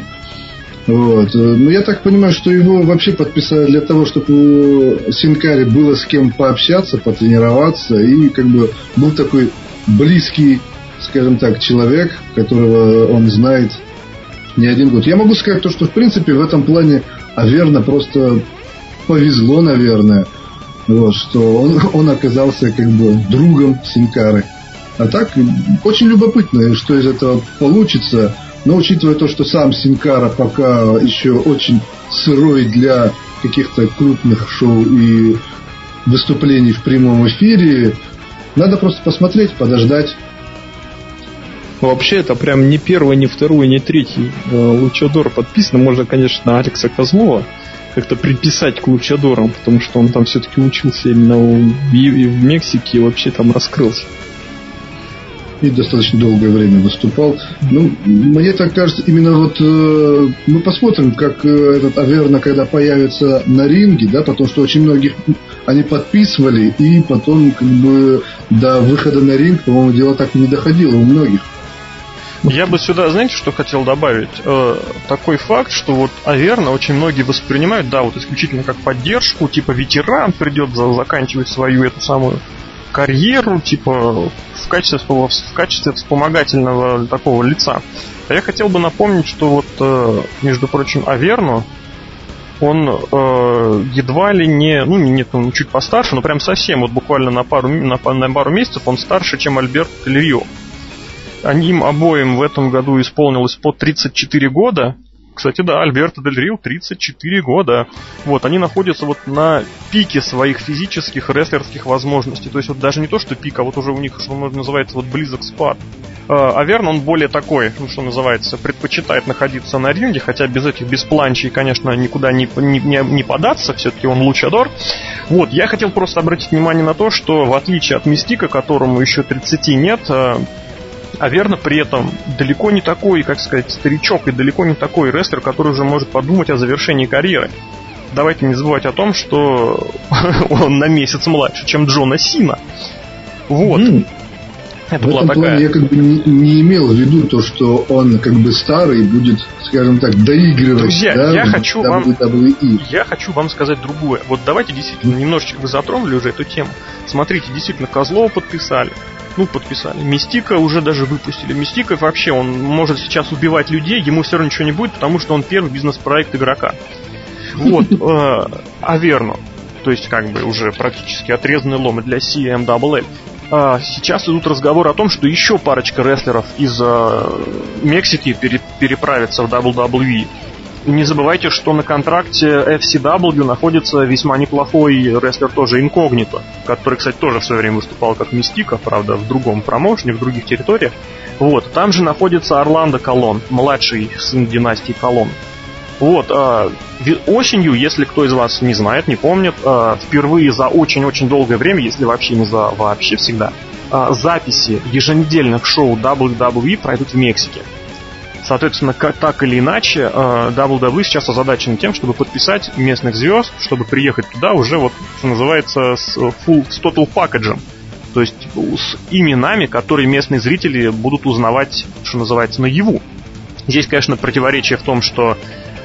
Вот. Но я так понимаю, что его вообще подписали для того, чтобы у Син Кари было с кем пообщаться, потренироваться, и как бы был такой близкий, скажем так, человек, которого он знает не один год. Я могу сказать то, что в принципе в этом плане Аверно просто повезло, наверное, вот, что он, он оказался как бы другом Син Кары. А так, очень любопытно, что из этого получится. Но учитывая то, что сам Син Кара пока еще очень сырой для каких-то крупных шоу и выступлений в прямом эфире, надо просто посмотреть, подождать. Вообще это прям не первый, не второй, не третий лучадор подписан. Можно, конечно, Алекса Козлова как-то приписать к лучадорам, потому что он там все-таки учился именно в, в Мексике и вообще там раскрылся. И достаточно долгое время выступал. Ну, мне так кажется, именно вот э, мы посмотрим, как э, этот Аверно, когда появится на ринге, да, потому что очень многих они подписывали, и потом как бы до выхода на ринг, по-моему, дело так и не доходило у многих. Я бы сюда, знаете, что хотел добавить? Э, такой факт, что вот Аверно очень многие воспринимают, да, вот исключительно как поддержку, типа ветеран придет за, заканчивать свою эту самую карьеру, типа в качестве, в качестве вспомогательного такого лица. А я хотел бы напомнить, что вот, э, между прочим, Аверно, он э, едва ли не, ну, нет, он чуть постарше, но прям совсем, вот буквально на пару, на, на пару месяцев он старше, чем Альберто Дель Рио. они им обоим в этом году исполнилось по тридцать четыре года. Кстати, да, Альберто Дель Рио тридцать четыре года. Вот, они находятся вот на пике своих физических рестлерских возможностей. То есть вот даже не то, что пик, а вот уже у них, что называется, вот близок спад. А Верн, он более такой, ну, что называется, предпочитает находиться на ринге, хотя без этих, без планчей, конечно, никуда не, не, не податься, все-таки он лучадор. Вот, я хотел просто обратить внимание на то, что в отличие от Мистика, которому еще тридцати нет, а Верно при этом далеко не такой, как сказать, старичок и далеко не такой рестлер, который уже может подумать о завершении карьеры. Давайте не забывать о том, что он на месяц младше, чем Джона Сина. Вот. Mm. Это в была этом такая... плане я как бы не, не имел в виду то, что он как бы старый будет, скажем так, доигрывать. Друзья, да, я хочу дабл ю дабл ю и. вам, я хочу вам сказать другое. Вот давайте действительно немножечко вы затронули уже эту тему. Смотрите, действительно Козлова подписали. Ну, подписали. Мистика уже даже выпустили. Мистика вообще, он может сейчас убивать людей, ему все равно ничего не будет, потому что он первый бизнес-проект игрока. Вот. Аверно, то есть как бы уже практически отрезанный лом для си эм дабл эл. Сейчас идут разговоры о том, что еще парочка рестлеров из Мексики переправятся в дабл ю дабл ю и. Не забывайте, что на контракте эф си дабл ю находится весьма неплохой рестлер тоже Инкогнито, который, кстати, тоже в свое время выступал как Мистика, правда, в другом промоушене, в других территориях. Вот. Там же находится Орландо Колон, младший сын династии Колон. Вот. Осенью, если кто из вас не знает, не помнит, впервые за очень-очень долгое время, если вообще не за вообще всегда, записи еженедельных шоу дабл ю дабл ю и пройдут в Мексике. Соответственно, как, так или иначе, дабл ю дабл ю и сейчас озадачен тем, чтобы подписать местных звезд, чтобы приехать туда уже, вот, что называется, с, full, с total package. То есть с именами, которые местные зрители будут узнавать, что называется, наяву. Здесь, конечно, противоречие в том, что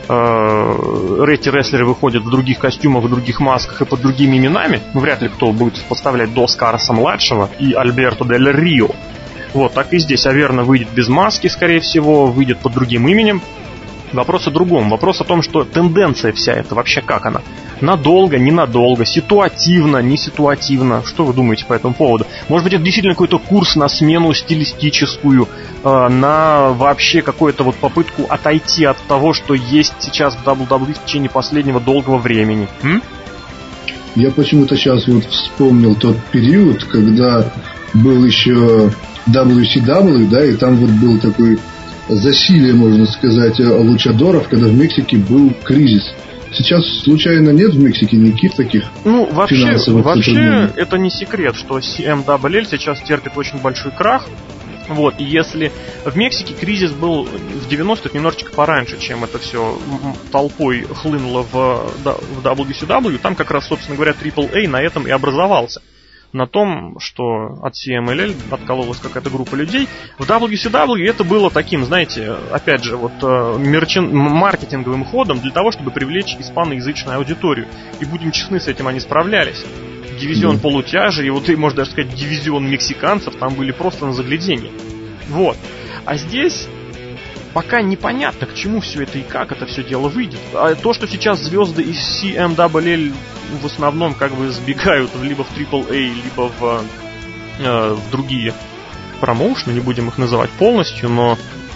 э, эти рестлеры выходят в других костюмах, в других масках и под другими именами. Ну, вряд ли кто будет поставлять Дос Карса-младшего и Альберто Дель Рио. Вот, так и здесь. Аверно выйдет без маски, скорее всего, выйдет под другим именем. Вопрос о другом. Вопрос о том, что тенденция вся эта вообще как она? Надолго, ненадолго, ситуативно, не ситуативно. Что вы думаете по этому поводу? Может быть, это действительно какой-то курс на смену стилистическую, э, на вообще какую-то вот попытку отойти от того, что есть сейчас в дабл ю дабл ю и в течение последнего долгого времени? М? Я почему-то сейчас вот вспомнил тот период, когда был еще дабл ю си дабл ю, да, и там вот был такой засилие, можно сказать, лучадоров, когда в Мексике был кризис. Сейчас случайно нет в Мексике никаких таких ну, вообще, финансовых вообще затруднений? Это не секрет, что си эм дабл ю сейчас терпит очень большой крах. Вот, и если в Мексике кризис был в девяностых немножечко пораньше, чем это все толпой хлынуло в, в дабл ю си дабл ю, там как раз, собственно говоря, трипл эй на этом и образовался. На том, что от си эм эл эл откололась какая-то группа людей. В дабл ю си дабл ю это было таким, знаете, опять же, вот мерчен... маркетинговым ходом для того, чтобы привлечь испаноязычную аудиторию. И будем честны, с этим они справлялись. Дивизион mm. полутяжей, и вот, и, можно даже сказать, дивизион мексиканцев там были просто на загляденье. Вот. А здесь пока непонятно, к чему все это и как это все дело выйдет. А то, что сейчас звезды из си эм дабл ю эл в основном как бы сбегают либо в трипл эй, либо в, э, в другие промоушены, не будем их называть полностью, но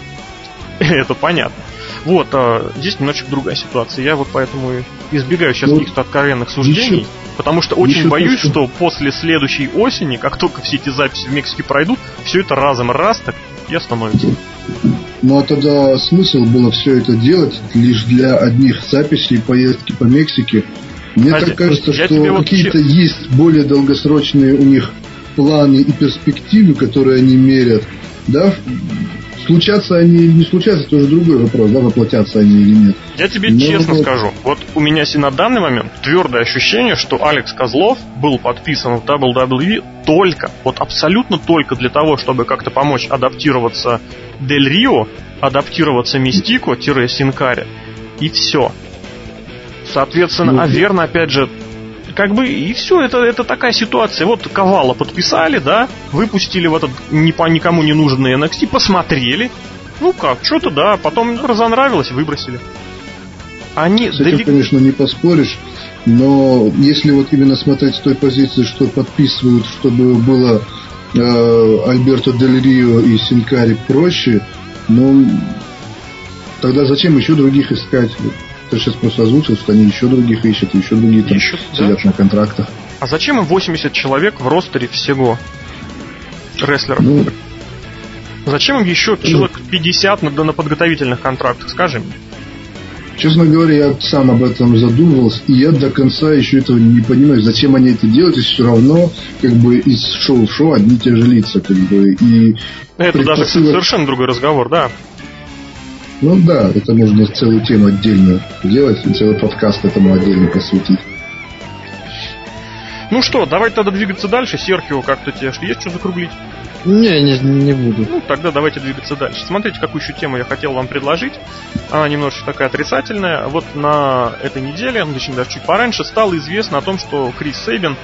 это понятно. Вот, а здесь немножечко другая ситуация. Я вот поэтому избегаю сейчас ну, каких-то откровенных суждений, еще, потому что очень боюсь, то, что... что после следующей осени, как только все эти записи в Мексике пройдут, все это разом раз так и остановится. Ну а тогда смысл было все это делать лишь для одних записей поездки по Мексике? Мне Кстати, так кажется, что какие-то вот... есть более долгосрочные у них планы и перспективы, которые они мерят. Да? Случатся они или не случатся, это уже другой вопрос, да, воплотятся они или нет. Я тебе Но честно вот... скажу, вот у меня на данный момент твердое ощущение, что Алекс Козлов был подписан в дабл ю дабл ю и только, вот абсолютно только для того, чтобы как-то помочь адаптироваться Дель Рио, адаптироваться Мистико-Синкаре, и все. Соответственно, ну, Аверно, опять же, как бы, и все, это, это такая ситуация. Вот Ковала подписали, да, выпустили в этот не по никому не нужный эн экс ти, посмотрели. Ну как, что-то да, потом разонравилось, выбросили. Они с этим, далек... конечно, не поспоришь, но если вот именно смотреть с той позиции, что подписывают, чтобы было э, Альберто Дель Рио и Синкари проще, но тогда зачем еще других искать? Ты сейчас просто озвучил, что они еще других ищут, еще другие там ищут, сидят да. на контрактах. А зачем им восемьдесят человек в ростере всего рестлеров? Ну, зачем им еще человек пятьдесят на, на подготовительных контрактах, скажи мне? Честно говоря, я сам об этом задумывался, и я до конца еще этого не понимаю, зачем они это делают, если все равно как бы из шоу в шоу одни и те же лица, как бы, и... Это даже совершенно другой разговор, да. Ну да, это можно целую тему отдельно делать, и целый подкаст этому отдельно посвятить. Ну что, давай тогда двигаться дальше. Серхио, как-то тебе есть что закруглить? Не, не, не буду. Ну, тогда давайте двигаться дальше. Смотрите, какую еще тему я хотел вам предложить. Она немножечко такая отрицательная. Вот на этой неделе, ну, точнее даже чуть пораньше, стало известно о том, что Крис Сейбин,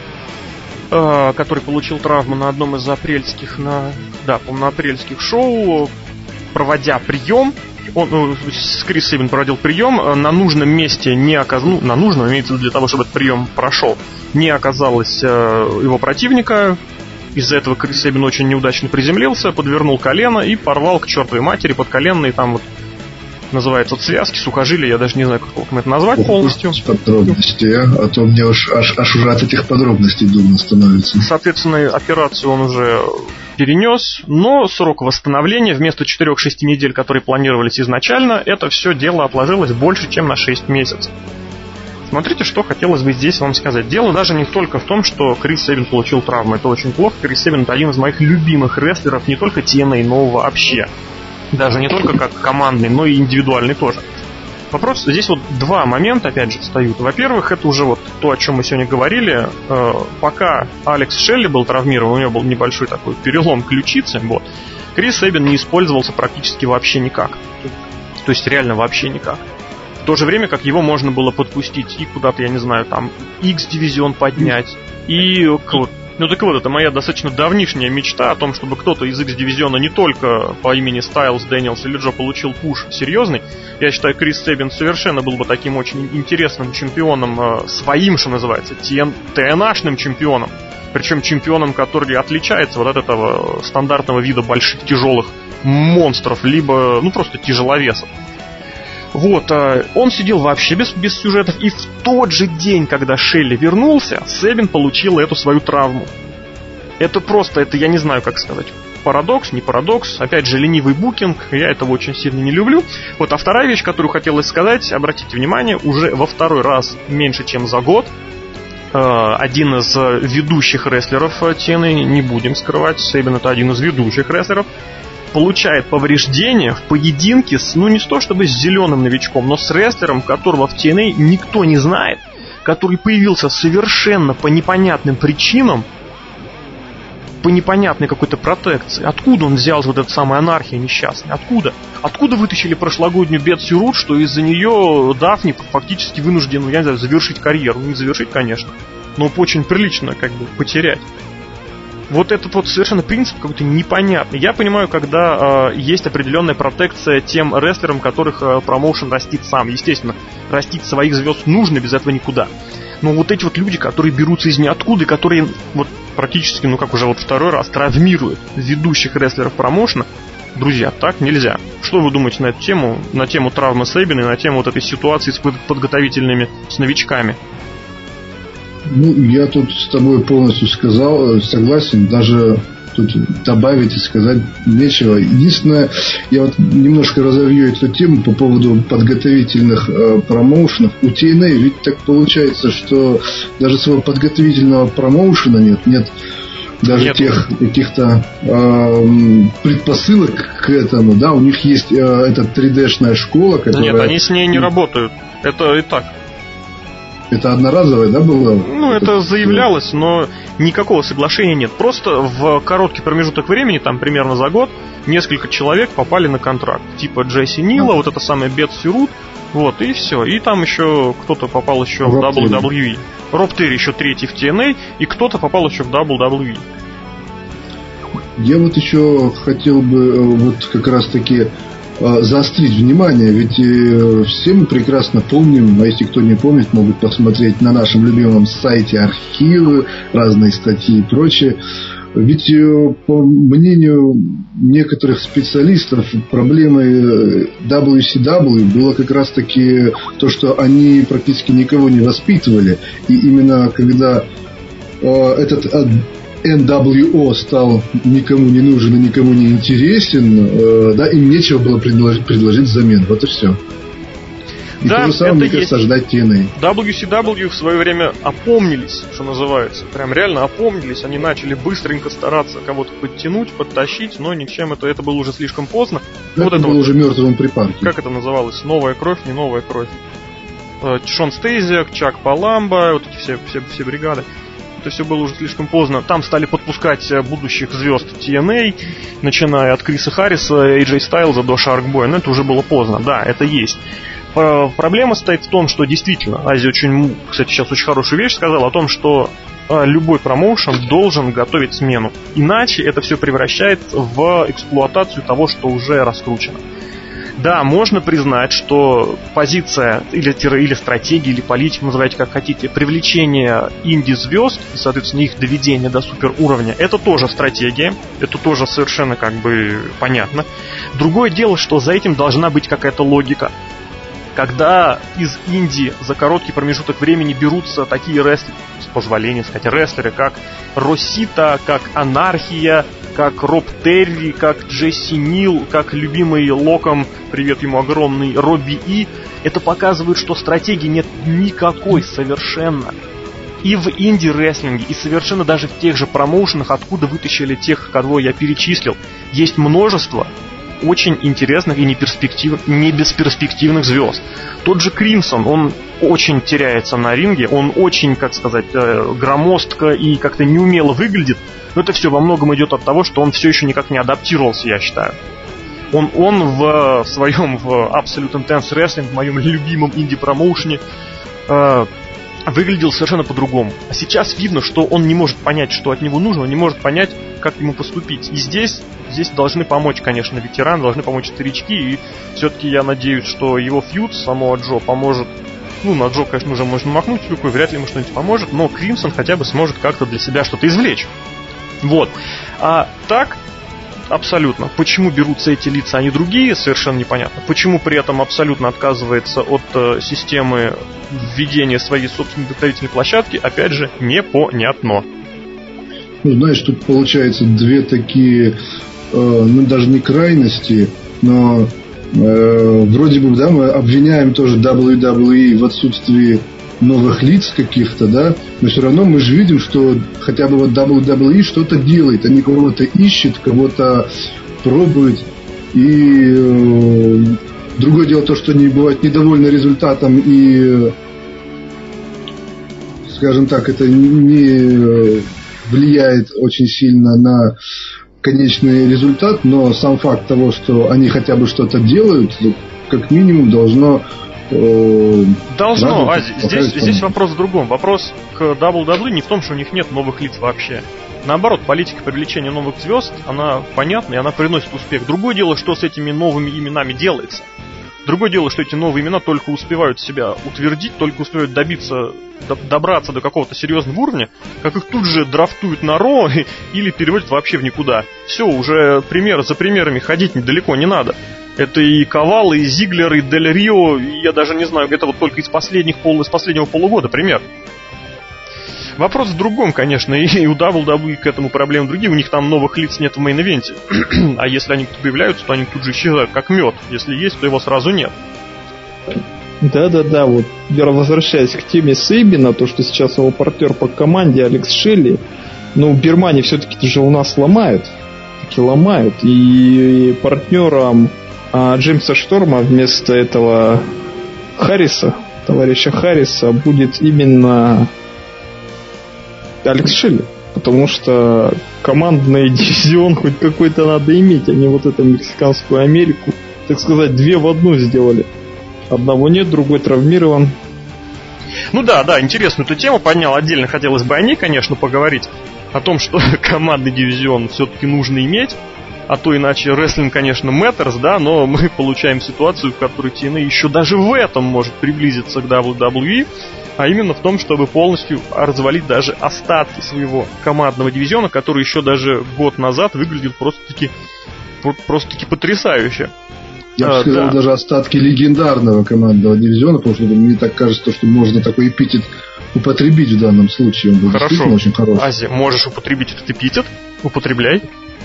э, который получил травму на одном из апрельских, на, да, по-моему, на апрельских шоу, проводя прием, он, ну, Крис Сейбин проводил прием, на нужном месте не оказалось, ну, на нужном, имеется в виду для того, чтобы этот прием прошел, не оказалось э, его противника. Из-за этого Крис Сейбин очень неудачно приземлился, подвернул колено и порвал к чертовой матери подколенные, там вот называется связки, сухожилия, я даже не знаю, как это назвать полностью. Подробности, а? а то мне уж аж, аж уже от этих подробностей думно становится. Соответственно, операцию он уже перенес, но срок восстановления вместо четырех-шести недель, которые планировались изначально, это все дело отложилось больше, чем на шесть месяцев. Смотрите, что хотелось бы здесь вам сказать. Дело даже не только в том, что Крис Сейбин получил травму. Это очень плохо. Крис Сейбин — это один из моих любимых рестлеров не только ти эн эй, но вообще. Даже не только как командный, но и индивидуальный тоже. Вопрос, здесь вот два момента, опять же, встают. Во-первых, это уже вот то, о чем мы сегодня говорили. Э, пока Алекс Шелли был травмирован, у него был небольшой такой перелом ключицы, вот, Крис Сейбин не использовался практически вообще никак. То есть реально вообще никак. В то же время, как его можно было подпустить и куда-то, я не знаю, там, X-дивизион поднять, и... Ну так вот, это моя достаточно давнишняя мечта о том, чтобы кто-то из X-дивизиона не только по имени Стайлз, Дэниелс или Джо получил пуш серьезный. Я считаю, Крис Сейбин совершенно был бы таким очень интересным чемпионом, своим, что называется, ти эн эй-шным чемпионом. Причем чемпионом, который отличается вот от этого стандартного вида больших тяжелых монстров, либо, ну, просто тяжеловесов. Вот, он сидел вообще без, без сюжетов, и в тот же день, когда Шелли вернулся, Сейбин получил эту свою травму. Это просто, это я не знаю, как сказать, парадокс, не парадокс, опять же, ленивый букинг, я этого очень сильно не люблю. Вот, а вторая вещь, которую хотелось сказать, обратите внимание, уже во второй раз меньше, чем за год, один из ведущих рестлеров ти эн эй, не будем скрывать, Сейбин — это один из ведущих рестлеров, получает повреждения в поединке с, ну не то чтобы с зеленым новичком, но с рестлером, которого в ти эн эй никто не знает, который появился совершенно по непонятным причинам, по непонятной какой-то протекции. Откуда он взял вот этот самый анархия несчастный? Откуда? Откуда вытащили прошлогоднюю Бетси Рут, что из-за нее Дафни фактически вынужден, я не знаю, завершить карьеру? Ну, не завершить, конечно, но очень прилично как бы потерять. Вот этот вот совершенно принцип какой-то непонятный. Я понимаю, когда э, есть определенная протекция тем рестлерам, которых э, промоушен растит сам. Естественно, растить своих звезд нужно, без этого никуда. Но вот эти вот люди, которые берутся из ниоткуда, которые вот практически, ну как уже вот второй раз, травмируют ведущих рестлеров промоушена, друзья, так нельзя. Что вы думаете на эту тему, на тему травмы Сейбина и на тему вот этой ситуации с подготовительными, с новичками? Ну, я тут с тобой полностью сказал, согласен, даже тут добавить и сказать нечего. Единственное, я вот немножко разовью эту тему по поводу подготовительных э, промоушенов. У ти эн эй ведь так получается, что даже своего подготовительного промоушена нет, нет даже нет. тех каких-то э, предпосылок к этому, да, у них есть э, эта три дэ-шная школа, которая... Нет, они с ней не работают, это и так. Это одноразовое, да, было? Ну, это заявлялось, но никакого соглашения нет. Просто в короткий промежуток времени, там примерно за год, несколько человек попали на контракт. Типа Джесси Нила, а. вот это самое Бетси Рут, вот, и все. И там еще кто-то попал еще Роб в дабл ю дабл ю и. Роб Терри еще третий в ти эн эй, и кто-то попал еще в дабл ю дабл ю и. Я вот еще хотел бы вот как раз таки заострить внимание, ведь э, все мы прекрасно помним, а если кто не помнит, могут посмотреть на нашем любимом сайте архивы, разные статьи и прочее. Ведь, по мнению некоторых специалистов, проблемой дабл ю си дабл ю было как раз-таки то, что они практически никого не воспитывали. И именно когда э, этот эн дабл ю о стал никому не нужен и никому не интересен, э, да, им нечего было предложить, предложить взамен. Вот и все. И да, то же самое, мне кажется, ждать ти эн эй. дабл ю си дабл ю в свое время опомнились, что называется. Прям реально опомнились. Они начали быстренько стараться кого-то подтянуть, подтащить, но ничем это, это было уже слишком поздно. Это вот было это вот, уже мертвым припарке. Как это называлось? Новая кровь, не новая кровь. Шон Стейзиак, Чак Паламба, вот эти все, все, все бригады. Это все было уже слишком поздно. Там стали подпускать будущих звезд ти эн эй, начиная от Криса Харриса, эй джей Стайлза до Шаркбоя. Но это уже было поздно. Да, это есть. Проблема стоит в том, что действительно, Ази очень, кстати, сейчас очень хорошую вещь сказал о том, что любой промоушен должен готовить смену. Иначе это все превращает в эксплуатацию того, что уже раскручено. Да, можно признать, что позиция или, или стратегия, или политика, называйте как хотите, привлечение инди-звезд и, соответственно, их доведение до суперуровня, это тоже стратегия, это тоже совершенно как бы понятно. Другое дело, что за этим должна быть какая-то логика. Когда из Индии за короткий промежуток времени берутся такие рестлеры, с позволения сказать, рестлеры, как Росита, как Анархия, как Роб Терри, как Джесси Нил, как любимый Локом, привет ему огромный, Робби И, это показывает, что стратегии нет никакой совершенно. И в инди-рестлинге, и совершенно даже в тех же промоушенах, откуда вытащили тех, кого я перечислил, есть множество очень интересных и неперспективных, не бесперспективных звезд. Тот же Кримсон, он очень теряется на ринге, он очень, как сказать, громоздко и как-то неумело выглядит, но это все во многом идет от того, что он все еще никак не адаптировался, я считаю. Он, он в своем в Absolute Intense Wrestling, в моем любимом инди-промоушене, э, выглядел совершенно по-другому. А сейчас видно, что он не может понять, что от него нужно, он не может понять, как ему поступить. И здесь, здесь должны помочь, конечно, ветераны, должны помочь старички. И все-таки я надеюсь, что его фьюд с Самоа Джо поможет. Ну, на Джо, конечно, уже можно махнуть рукой, вряд ли ему что-нибудь поможет, но Кримсон хотя бы сможет как-то для себя что-то извлечь. Вот. А так, абсолютно. Почему берутся эти лица, а не другие, совершенно непонятно. Почему при этом абсолютно отказывается от э, системы введения своей собственной благотворительной площадки, опять же, непонятно. Ну, знаешь, тут получается две такие, э, ну, даже не крайности, но э, вроде бы, да, мы обвиняем тоже дабл ю дабл ю и в отсутствии новых лиц каких-то, да, но все равно мы же видим, что хотя бы вот дабл ю дабл ю и что-то делает, они кого-то ищут, кого-то пробуют, и э, другое дело то, что они бывают недовольны результатом и, скажем так, это не влияет очень сильно на конечный результат, но сам факт того, что они хотя бы что-то делают, как минимум должно Должно, а здесь, здесь вопрос в другом. Вопрос к дабл ю дабл ю и не в том, что у них нет новых лиц вообще. Наоборот, политика привлечения новых звезд, она понятна и она приносит успех. Другое дело, что с этими новыми именами делается. Другое дело, что эти новые имена только успевают себя утвердить, только успевают добиться, добраться до какого-то серьезного уровня, как их тут же драфтуют на Ро или переводят вообще в никуда. Все, уже пример за примерами ходить далеко не надо. Это и Ковал, и Зиглер, и Дель Рио, и я даже не знаю, это вот только из последних пол, из последнего полугода пример. Вопрос в другом, конечно, и у дабл ю дабл ю и к этому проблемы другие, у них там новых лиц нет в мейн-ивенте. А если они появляются, то они тут же исчезают, как мед. Если есть, то его сразу нет. Да-да-да, вот я возвращаюсь к теме Сейбина, то, что сейчас его партнер по команде Алекс Шелли, ну, в Бирмане все-таки же у нас ломают, таки ломают, и партнером а, Джеймса Шторма вместо этого Харриса, товарища Харриса, будет именно Алекс Шелли, потому что командный дивизион хоть какой-то надо иметь, а не вот эту мексиканскую Америку, так сказать, две в одну сделали. Одного нет, другой травмирован. Ну да, да, интересную эту тему поднял. Отдельно хотелось бы о ней, конечно, поговорить. О том, что командный дивизион все-таки нужно иметь. А то иначе рестлинг, конечно, matters, да, но мы получаем ситуацию, в которой ти эн эй еще даже в этом может приблизиться к дабл ю дабл ю и. а именно в том, чтобы полностью развалить даже остатки своего командного дивизиона, который еще даже год назад выглядел просто-таки просто-таки потрясающе. Я бы а, сказал, да. даже остатки легендарного командного дивизиона, потому что мне так кажется, что можно такой эпитет употребить в данном случае. Он был Хорошо. действительно очень хороший. Ази, можешь употребить этот эпитет? Употребляй.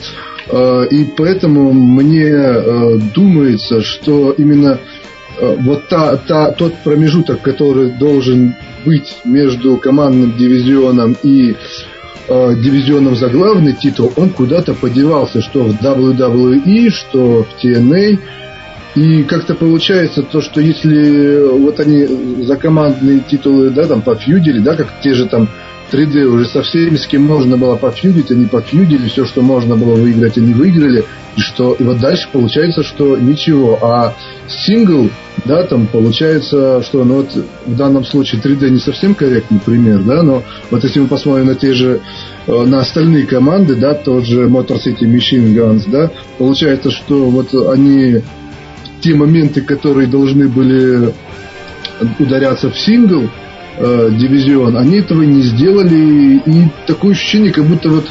И поэтому мне думается, что именно вот та, та, тот промежуток, который должен быть между командным дивизионом и э, дивизионом за главный титул, он куда-то подевался, что в дабл ю дабл ю и, что в ти эн эй. И как-то получается то, что если вот они за командные титулы, да, там пофьюдили, да, как те же там три дэ уже со всеми, с кем можно было пофьюдить, они пофьюдили, все, что можно было выиграть, они выиграли. И что, и вот дальше получается, что ничего. А сингл, да, там получается, что, ну вот в данном случае три дэ не совсем корректный пример, да, но вот если мы посмотрим на те же, на остальные команды, да, тот же Motor City Machine Guns, да, получается, что вот они те моменты, которые должны были ударяться в сингл э, дивизион, они этого не сделали, и такое ощущение, как будто вот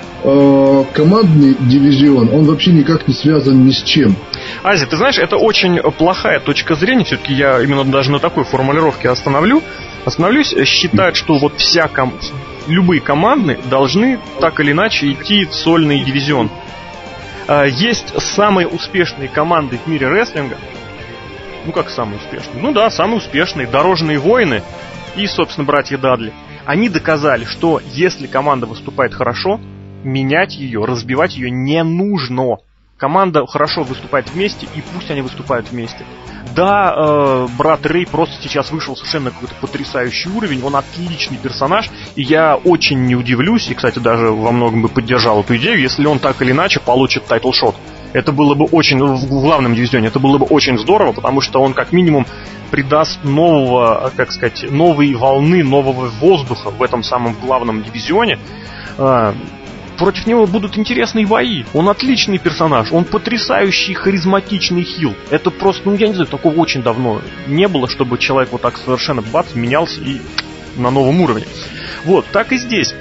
э, командный дивизион, он вообще никак не связан ни с чем. Ази, ты знаешь, это очень плохая точка зрения, все-таки я именно даже на такой формулировке остановлю, остановлюсь, считать, что вот вся ком... любые команды должны так или иначе идти в сольный дивизион. Есть самые успешные команды в мире рестлинга. Ну как самые успешные? Ну да, самые успешные. Дорожные войны и, собственно, братья Дадли. Они доказали, что если команда выступает хорошо, менять ее, разбивать ее не нужно. Команда хорошо выступает вместе, и пусть они выступают вместе. Да, э, брат Рэй просто сейчас вышел совершенно какой-то потрясающий уровень, он отличный персонаж, и я очень не удивлюсь, и, кстати, даже во многом бы поддержал эту идею, если он так или иначе получит тайтл-шот. Это было бы очень, в главном дивизионе, это было бы очень здорово, потому что он как минимум придаст нового, как сказать, новой волны, нового воздуха в этом самом главном дивизионе. Э, Против него будут интересные бои. Он отличный персонаж. Он потрясающий, харизматичный хил. Это просто, ну я не знаю, такого очень давно не было, чтобы человек вот так совершенно бац, менялся и на новом уровне. Вот, так и здесь.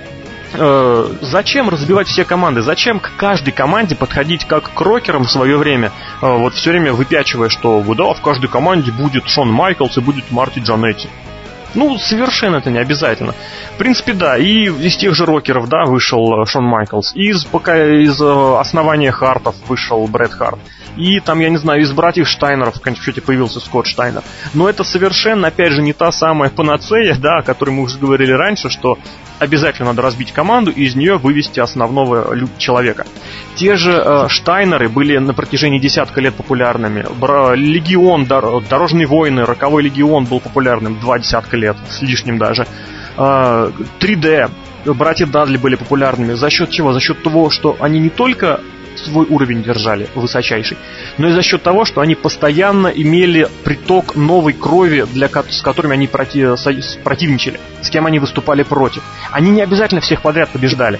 Э, зачем разбивать все команды? Зачем к каждой команде подходить как к рокерам в свое время? Э, вот все время выпячивая, что да, в каждой команде будет Шон Майклс и будет Марти Джанетти. Ну, совершенно это не обязательно. В принципе, да, и из тех же рокеров, да, вышел Шон Майклс. И из, пока, из основания Хартов вышел Брэд Харт. И там, я не знаю, из братьев Штайнеров в конечном счете появился Скотт Штайнер. Но это совершенно, опять же, не та самая панацея, да, о которой мы уже говорили раньше, что обязательно надо разбить команду и из нее вывести основного человека. Те же э, Штайнеры были на протяжении десятка лет популярными. Бра- Легион, дор- Дорожные войны, Роковой Легион был популярным два десятка лет, с лишним даже. Э, три дэ, братья Дадли были популярными. За счет чего? За счет того, что они не только свой уровень держали высочайший, но и за счет того, что они постоянно имели приток новой крови, для, с которыми они проти, с, противничали, с кем они выступали против. Они не обязательно всех подряд побеждали,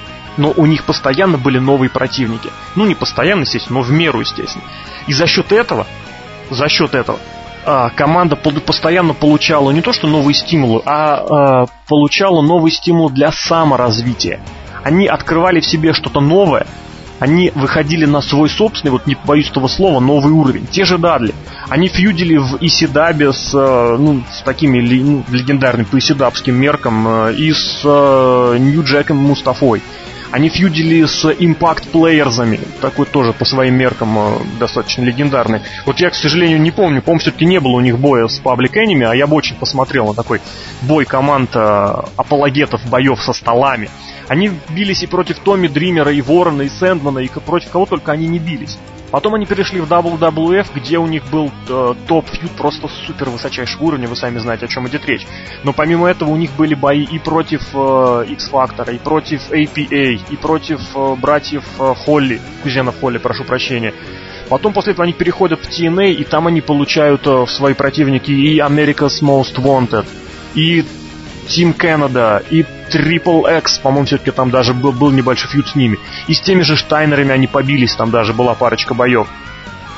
но у них постоянно были новые противники. Ну, не постоянно, естественно, но в меру, естественно. И за счет этого, за счет этого а, команда постоянно получала не то что новые стимулы, а, а получала новые стимулы для саморазвития. Они открывали в себе что-то новое, они выходили на свой собственный, вот не боюсь этого слова, новый уровень. Те же Дадли. Они фьюдили в Исидабе с, ну, с такими ну, легендарными по исидабским меркам и с Нью-Джеком Мустафой. Они фьюдили с импакт-плеерзами, такой тоже по своим меркам достаточно легендарный. Вот я, к сожалению, не помню, по-моему, все-таки не было у них боя с Public Enemy, а я бы очень посмотрел на такой бой команд апологетов боев со столами. Они бились и против Томми Дримера, и Ворона, и Сэндмана, и против кого только они не бились. Потом они перешли в дабл ю дабл ю эф, где у них был э, топ-фьюд просто супер высочайшего уровня, вы сами знаете, о чем идет речь. Но помимо этого у них были бои и против э, X-Factor, и против эй пи эй, и против э, братьев э, Холли, кузенов Холли, прошу прощения. Потом после этого они переходят в ти эн эй, и там они получают э, в свои противники и America's Most Wanted, и Team Canada, и Triple X, по-моему, все-таки там даже был, был небольшой фьюд с ними. И с теми же Штайнерами они побились, там даже была парочка боев.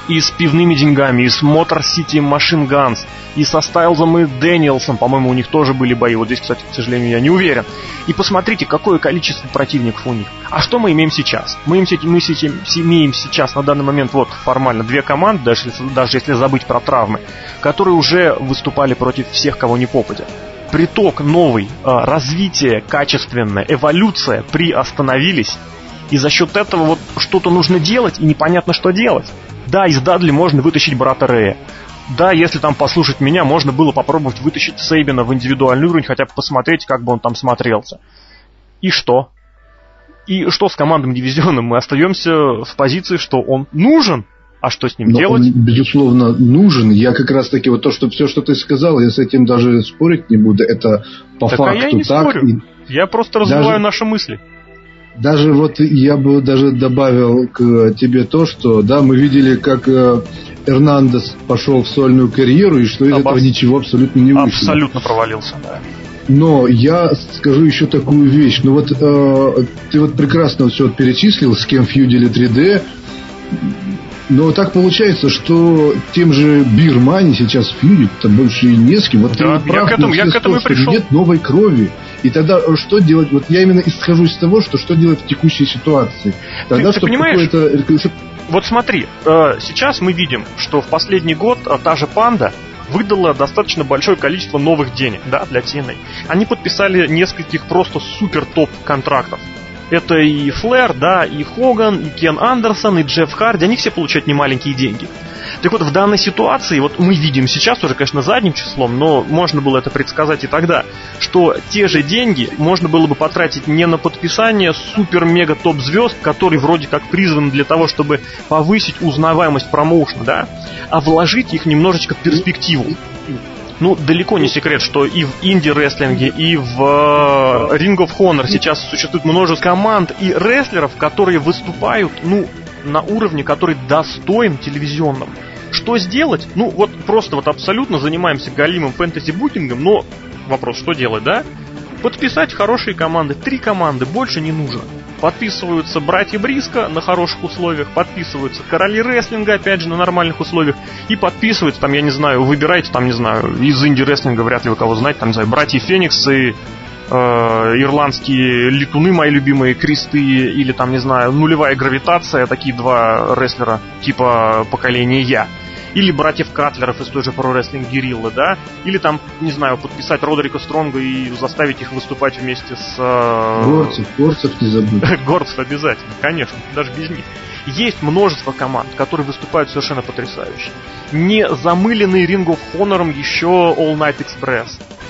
и с пивными деньгами, и с Motor City Machine Guns, и со Стайлзом и Дэниелсом, по-моему, у них тоже были бои. Вот здесь, кстати, к сожалению, я не уверен. И посмотрите, какое количество противников у них. А что мы имеем сейчас? Мы имеем, мы имеем сейчас на данный момент вот формально две команды, даже, даже если забыть про травмы, которые уже выступали против всех, кого не попадя. Приток новый, развитие качественное, эволюция приостановились. И за счет этого вот что-то нужно делать, и непонятно, что делать. Да, из Дадли можно вытащить брата Рэя. Да, если там послушать меня, можно было попробовать вытащить Сейбина в индивидуальный уровень, хотя бы посмотреть, как бы он там смотрелся. И что? И что с командным дивизионом? Мы остаемся в позиции, что он нужен. А что с ним Но делать? Он, безусловно, нужен. Я как раз таки вот то, что все, что ты сказал, я с этим даже спорить не буду. Это по так, факту а я не так. Спорю. И я просто развиваю даже... наши мысли. Даже вот я бы даже добавил к тебе то, что да, мы видели, как э, Эрнандес пошел в сольную карьеру, и что из Обос... этого ничего абсолютно не вышло. Абсолютно провалился, да. Но я скажу еще такую вещь. Ну вот э, ты вот прекрасно все вот перечислил, с кем фьюдили три дэ. Но так получается, что тем же Бирмани сейчас фьюдит-то больше и не с кем. Вот да, ты прав, я к этому, я к этому и пришел. Нет новой крови. И тогда что делать? Вот я именно исхожу из того, что что делать в текущей ситуации. Тогда, ты, ты понимаешь, какое-то... вот смотри, сейчас мы видим, что в последний год та же Панда выдала достаточно большое количество новых денег, да, для ти эн эй. Они подписали нескольких просто супер топ контрактов. Это и Флэр, да, и Хоган, и Кен Андерсон, и Джефф Харди. Они все получают немаленькие деньги. Так вот, в данной ситуации, вот мы видим сейчас уже, конечно, задним числом, но можно было это предсказать и тогда, что те же деньги можно было бы потратить не на подписание супер-мега-топ-звезд, которые вроде как призваны для того, чтобы повысить узнаваемость промоушена, да, а вложить их немножечко в перспективу. Ну, далеко не секрет, что и в инди-рестлинге, и в uh, Ring of Honor сейчас существует множество команд и рестлеров, которые выступают, ну, на уровне, который достоин телевизионным. Что сделать? Ну, вот просто вот абсолютно занимаемся галимым фэнтези-букингом, но вопрос, что делать, да? Подписать хорошие команды. Три команды, больше не нужно. Подписываются братья Бриско на хороших условиях, подписываются короли рестлинга, опять же, на нормальных условиях, и подписываются, там, я не знаю, выбирайте, там, не знаю, из инди-рестлинга, вряд ли вы кого знаете, там, не знаю, братья Феникс и э, ирландские летуны, мои любимые, кресты, или, там, не знаю, нулевая гравитация, такие два рестлера, типа поколения Я. Или братьев Катлеров из той же про-рестлинг Гериллы, да? Или там, не знаю, подписать Родерика Стронга и заставить их выступать вместе с... Э... Горцев, Горцев не забудь. Горцев обязательно, конечно, даже без них. Есть множество команд, которые выступают совершенно потрясающе. Не замыленный Ring of Honor еще All Night Express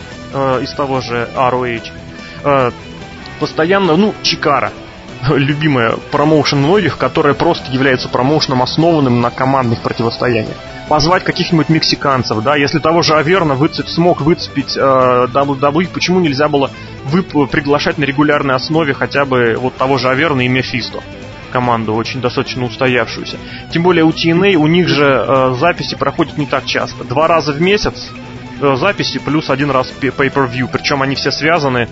э, из того же ар о эйч. Э, постоянно, ну, Чикара. Любимая промоушен многих, которая просто является промоушеном, основанным на командных противостояниях. Позвать каких-нибудь мексиканцев, да, если того же Аверна выцеп, смог выцепить э, дабл ю дабл ю и, почему нельзя было вып- приглашать на регулярной основе хотя бы вот того же Аверна и Мефисто, команду очень достаточно устоявшуюся. Тем более у ти эн эй, у них же э, записи проходят не так часто. Два раза в месяц э, записи плюс один раз pay-per-view, причем они все связаны,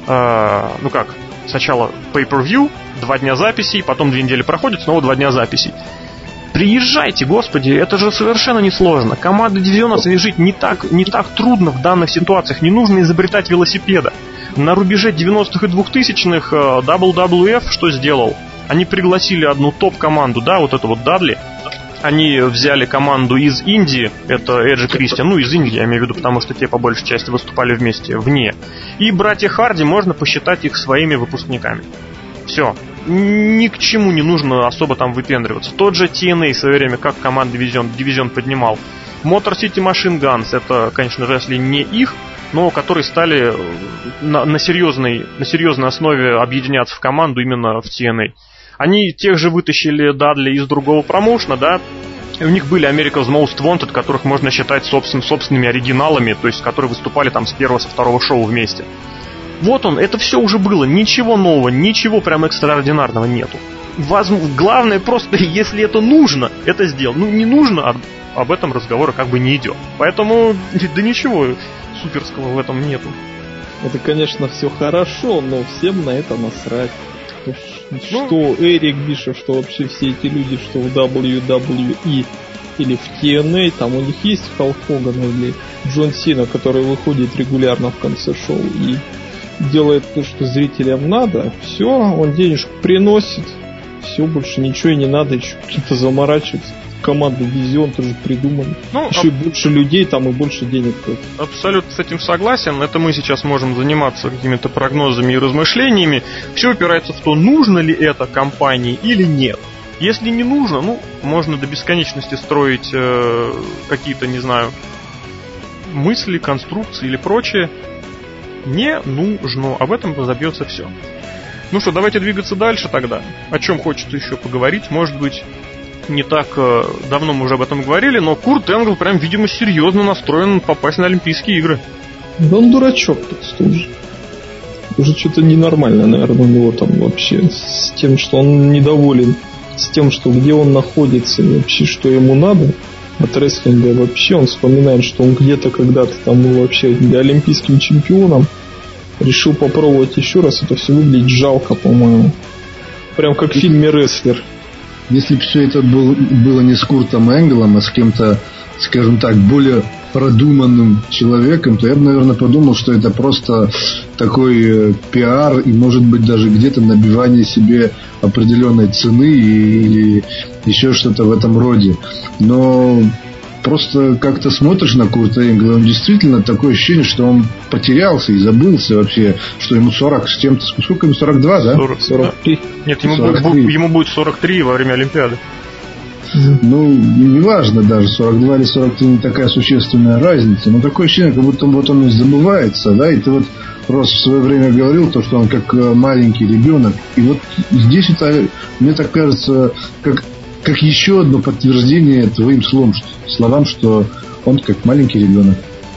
э, ну как, сначала pay-per-view, два дня записей, потом две недели проходит, снова два дня записей. Приезжайте, господи, это же совершенно несложно. Команды дивизиона свяжить не так, не так трудно в данных ситуациях. Не нужно изобретать велосипеда. На рубеже девяностых и двухтысячных дабл ю дабл ю эф что сделал? Они пригласили одну топ-команду, да, вот эту вот Дадли. Они взяли команду из Индии, это Эдж и Кристиан, ну из Индии, я имею в виду, потому что те по большей части выступали вместе вне. И братья Харди, можно посчитать их своими выпускниками. Все. Ни к чему не нужно особо там выпендриваться. Тот же ти эн эй в свое время, как команда дивизион, дивизион поднимал. Motor City Machine Guns, это, конечно же, если не их, но которые стали на, на, серьезной, на серьезной основе объединяться в команду именно в ти эн эй. Они тех же вытащили Дадли из другого промоушена, да. У них были America's Most Wanted, которых можно считать собствен, собственными оригиналами, то есть которые выступали там с первого, со второго шоу вместе. Вот он, это все уже было, ничего нового, ничего прям экстраординарного нету. Возможно, главное просто, если это нужно, это сделать. Ну, не нужно, об, об этом разговора как бы не идет. Поэтому, да ничего суперского в этом нету. Это, конечно, все хорошо, но всем на это насрать. Ну, что Эрик Бишев, что вообще все эти люди, что в дабл ю дабл ю и, или в Ти Эн Эй, там у них есть Халк Хоган или Джон Сина, который выходит регулярно в конце шоу и делает то, что зрителям надо, все, он денежку приносит, все, больше ничего и не надо, еще какие-то заморачиваться. Команда Визион тоже придумали. Ну, еще аб... больше людей там и больше денег. Абсолютно с этим согласен. Это мы сейчас можем заниматься какими-то прогнозами и размышлениями. Все упирается в то, нужно ли это компании или нет. Если не нужно, ну, можно до бесконечности строить э, какие-то, не знаю, мысли, конструкции или прочее. Не нужно. Об этом разобьется все. Ну что, давайте двигаться дальше тогда. О чем хочется еще поговорить. Может быть, не так э, давно мы уже об этом говорили, но Курт Энгл прям, видимо, серьезно настроен попасть на Олимпийские игры. Да он дурачок просто уже. Уже что-то ненормально, наверное, у него там вообще. С тем, что он недоволен. С тем, что где он находится и вообще, что ему надо от рестлинга вообще. Он вспоминает, что он где-то когда-то там был вообще олимпийским чемпионом. Решил попробовать еще раз. Это все выглядит жалко, по-моему. Прям как в фильме «Рестлер». Если бы все это был, было не с Куртом Энглом, а с кем-то, скажем так, более продуманным человеком, то я бы, наверное, подумал, что это просто такой э, пиар и, может быть, даже где-то набивание себе определенной цены или еще что-то в этом роде. Но просто как-то смотришь на Курта Энгла, он действительно такое ощущение, что он потерялся и забылся вообще, что ему сорок с чем-то. Сколько ему? сорок два, да? сорок, сорок три. Нет, ему будет, ему будет сорок три во время Олимпиады. Ну, неважно даже, сорок два или сорок три не такая существенная разница, но такое ощущение, как будто вот он забывается, да, и ты вот просто в свое время говорил то, что он как маленький ребенок, и вот здесь это, мне так кажется, как, как еще одно подтверждение твоим словам, словам, что он как маленький ребенок.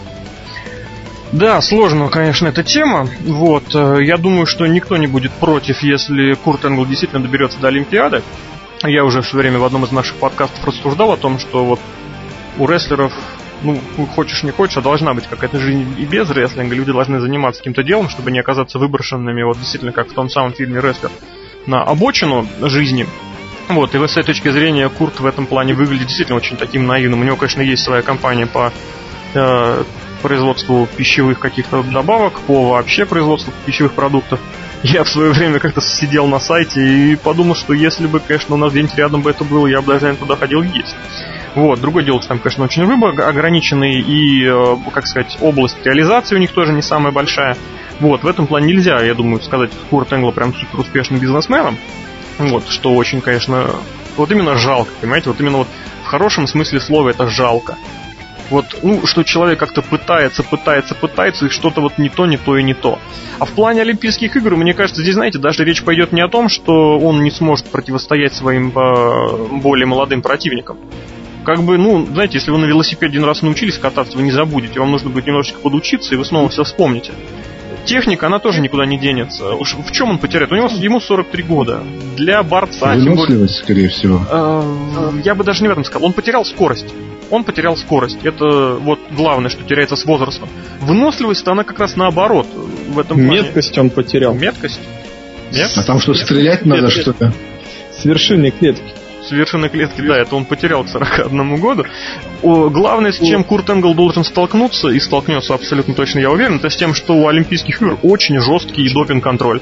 Да, сложная, конечно, эта тема. Вот, я думаю, что никто не будет против, если Курт Энгл действительно доберется до Олимпиады. Я уже в свое время в одном из наших подкастов рассуждал о том, что вот у рестлеров, ну, хочешь не хочешь, а должна быть какая-то жизнь и без рестлинга. Люди должны заниматься каким-то делом, чтобы не оказаться выброшенными, вот действительно, как в том самом фильме «Рестлер», на обочину жизни. Вот, и с этой точки зрения Курт в этом плане выглядит действительно очень таким наивным. У него, конечно, есть своя компания по э, производству пищевых каких-то добавок, по вообще производству пищевых продуктов. Я в свое время как-то сидел на сайте и подумал, что если бы, конечно, у нас где-нибудь рядом бы это было, я бы даже, наверное, туда ходил есть. Вот, другое дело, что там, конечно, очень рыба ограниченный и, э, как сказать, область реализации у них тоже не самая большая. Вот, в этом плане нельзя, я думаю, сказать Курт Энгла прям супер успешным бизнесменом. Вот, что очень, конечно, вот именно жалко, понимаете, вот именно вот в хорошем смысле слова это жалко. Вот, ну, что человек как-то пытается, пытается, пытается, и что-то вот не то, не то и не то. А в плане Олимпийских игр, мне кажется, здесь, знаете, даже речь пойдет не о том, что он не сможет противостоять своим э, более молодым противникам. Как бы, ну, знаете, если вы на велосипеде один раз научились кататься, вы не забудете, вам нужно будет немножечко подучиться, и вы снова все вспомните. Техника, она тоже никуда не денется. Уж в чем он потеряет? У него ему сорок три года. Для борца... Выносливость, скорее всего. Э, я бы даже не в этом сказал. Он потерял скорость. Он потерял скорость. Это вот главное, что теряется с возрастом. Выносливость, она как раз наоборот. В этом плане. Меткость он потерял. Меткость? Нет? А там что, стрелять надо, что ли? С вершины клетки. С вершины клетки, да, это он потерял к сорока одному году. О, главное, с чем Курт Энгл должен столкнуться, и столкнется абсолютно точно, я уверен, это с тем, что у Олимпийских игр очень жесткий допинг-контроль.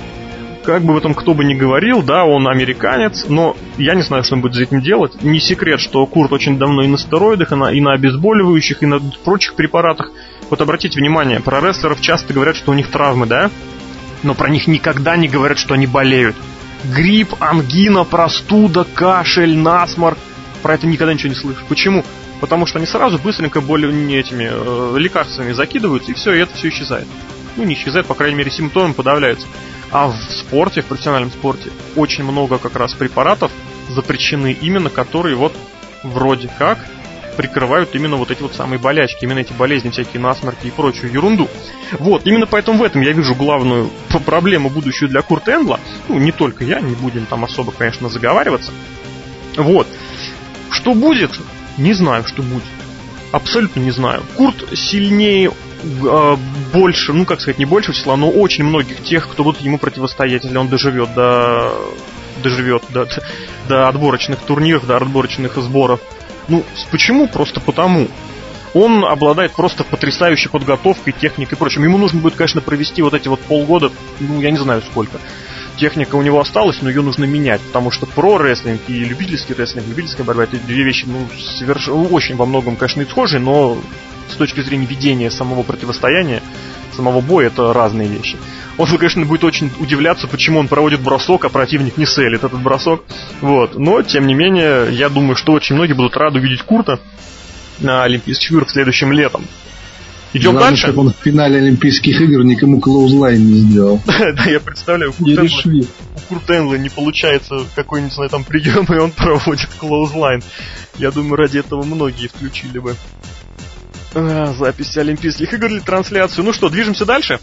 Как бы в этом кто бы ни говорил, да, он американец, но я не знаю, что он будет за этим делать. Не секрет, что Курт очень давно и на стероидах, и на, и на обезболивающих, и на прочих препаратах. Вот обратите внимание, про рестлеров часто говорят, что у них травмы, да? Но про них никогда не говорят, что они болеют. Грипп, ангина, простуда, кашель, насморк. Про это никогда ничего не слышишь. Почему? Потому что они сразу быстренько более этими э, лекарствами закидываются, и все, и это все исчезает. Ну, не исчезает, по крайней мере, симптомы подавляются. А в спорте, в профессиональном спорте, очень много как раз препаратов запрещены именно, которые вот вроде как прикрывают именно вот эти вот самые болячки, именно эти болезни, всякие насморки и прочую ерунду. Вот, именно поэтому в этом я вижу главную проблему будущую для Курта Энгла. Ну, не только я, не будем там особо, конечно, заговариваться. Вот. Что будет? Не знаю, что будет. Абсолютно не знаю. Курт сильнее, э, больше, ну, как сказать, не больше числа, но очень многих тех, кто будут ему противостоять, если он доживет до, доживет до, до отборочных турниров, до отборочных сборов Ну, почему? Просто потому. Он обладает просто потрясающей подготовкой, техникой и прочим. Ему нужно будет, конечно, провести вот эти вот полгода, ну, я не знаю сколько. Техника у него осталась, но ее нужно менять, потому что про-рестлинг и любительский рестлинг, любительская борьба — это две вещи, ну, соверш... очень во многом, конечно, и схожие, но с точки зрения ведения самого противостояния, самого боя, это разные вещи. Он, конечно, будет очень удивляться, почему он проводит бросок, а противник не селит этот бросок. Вот. Но, тем не менее, я думаю, что очень многие будут рады увидеть Курта на Олимпийских играх следующим летом. Идем Главное, дальше. чтобы он в финале Олимпийских игр никому клоузлайн не сделал. Да, я представляю, у Курта Энгла не получается какой-нибудь, знаю, там прием, и он проводит клоузлайн. Я думаю, ради этого многие включили бы запись Олимпийских игр или трансляцию. Ну что, движемся дальше?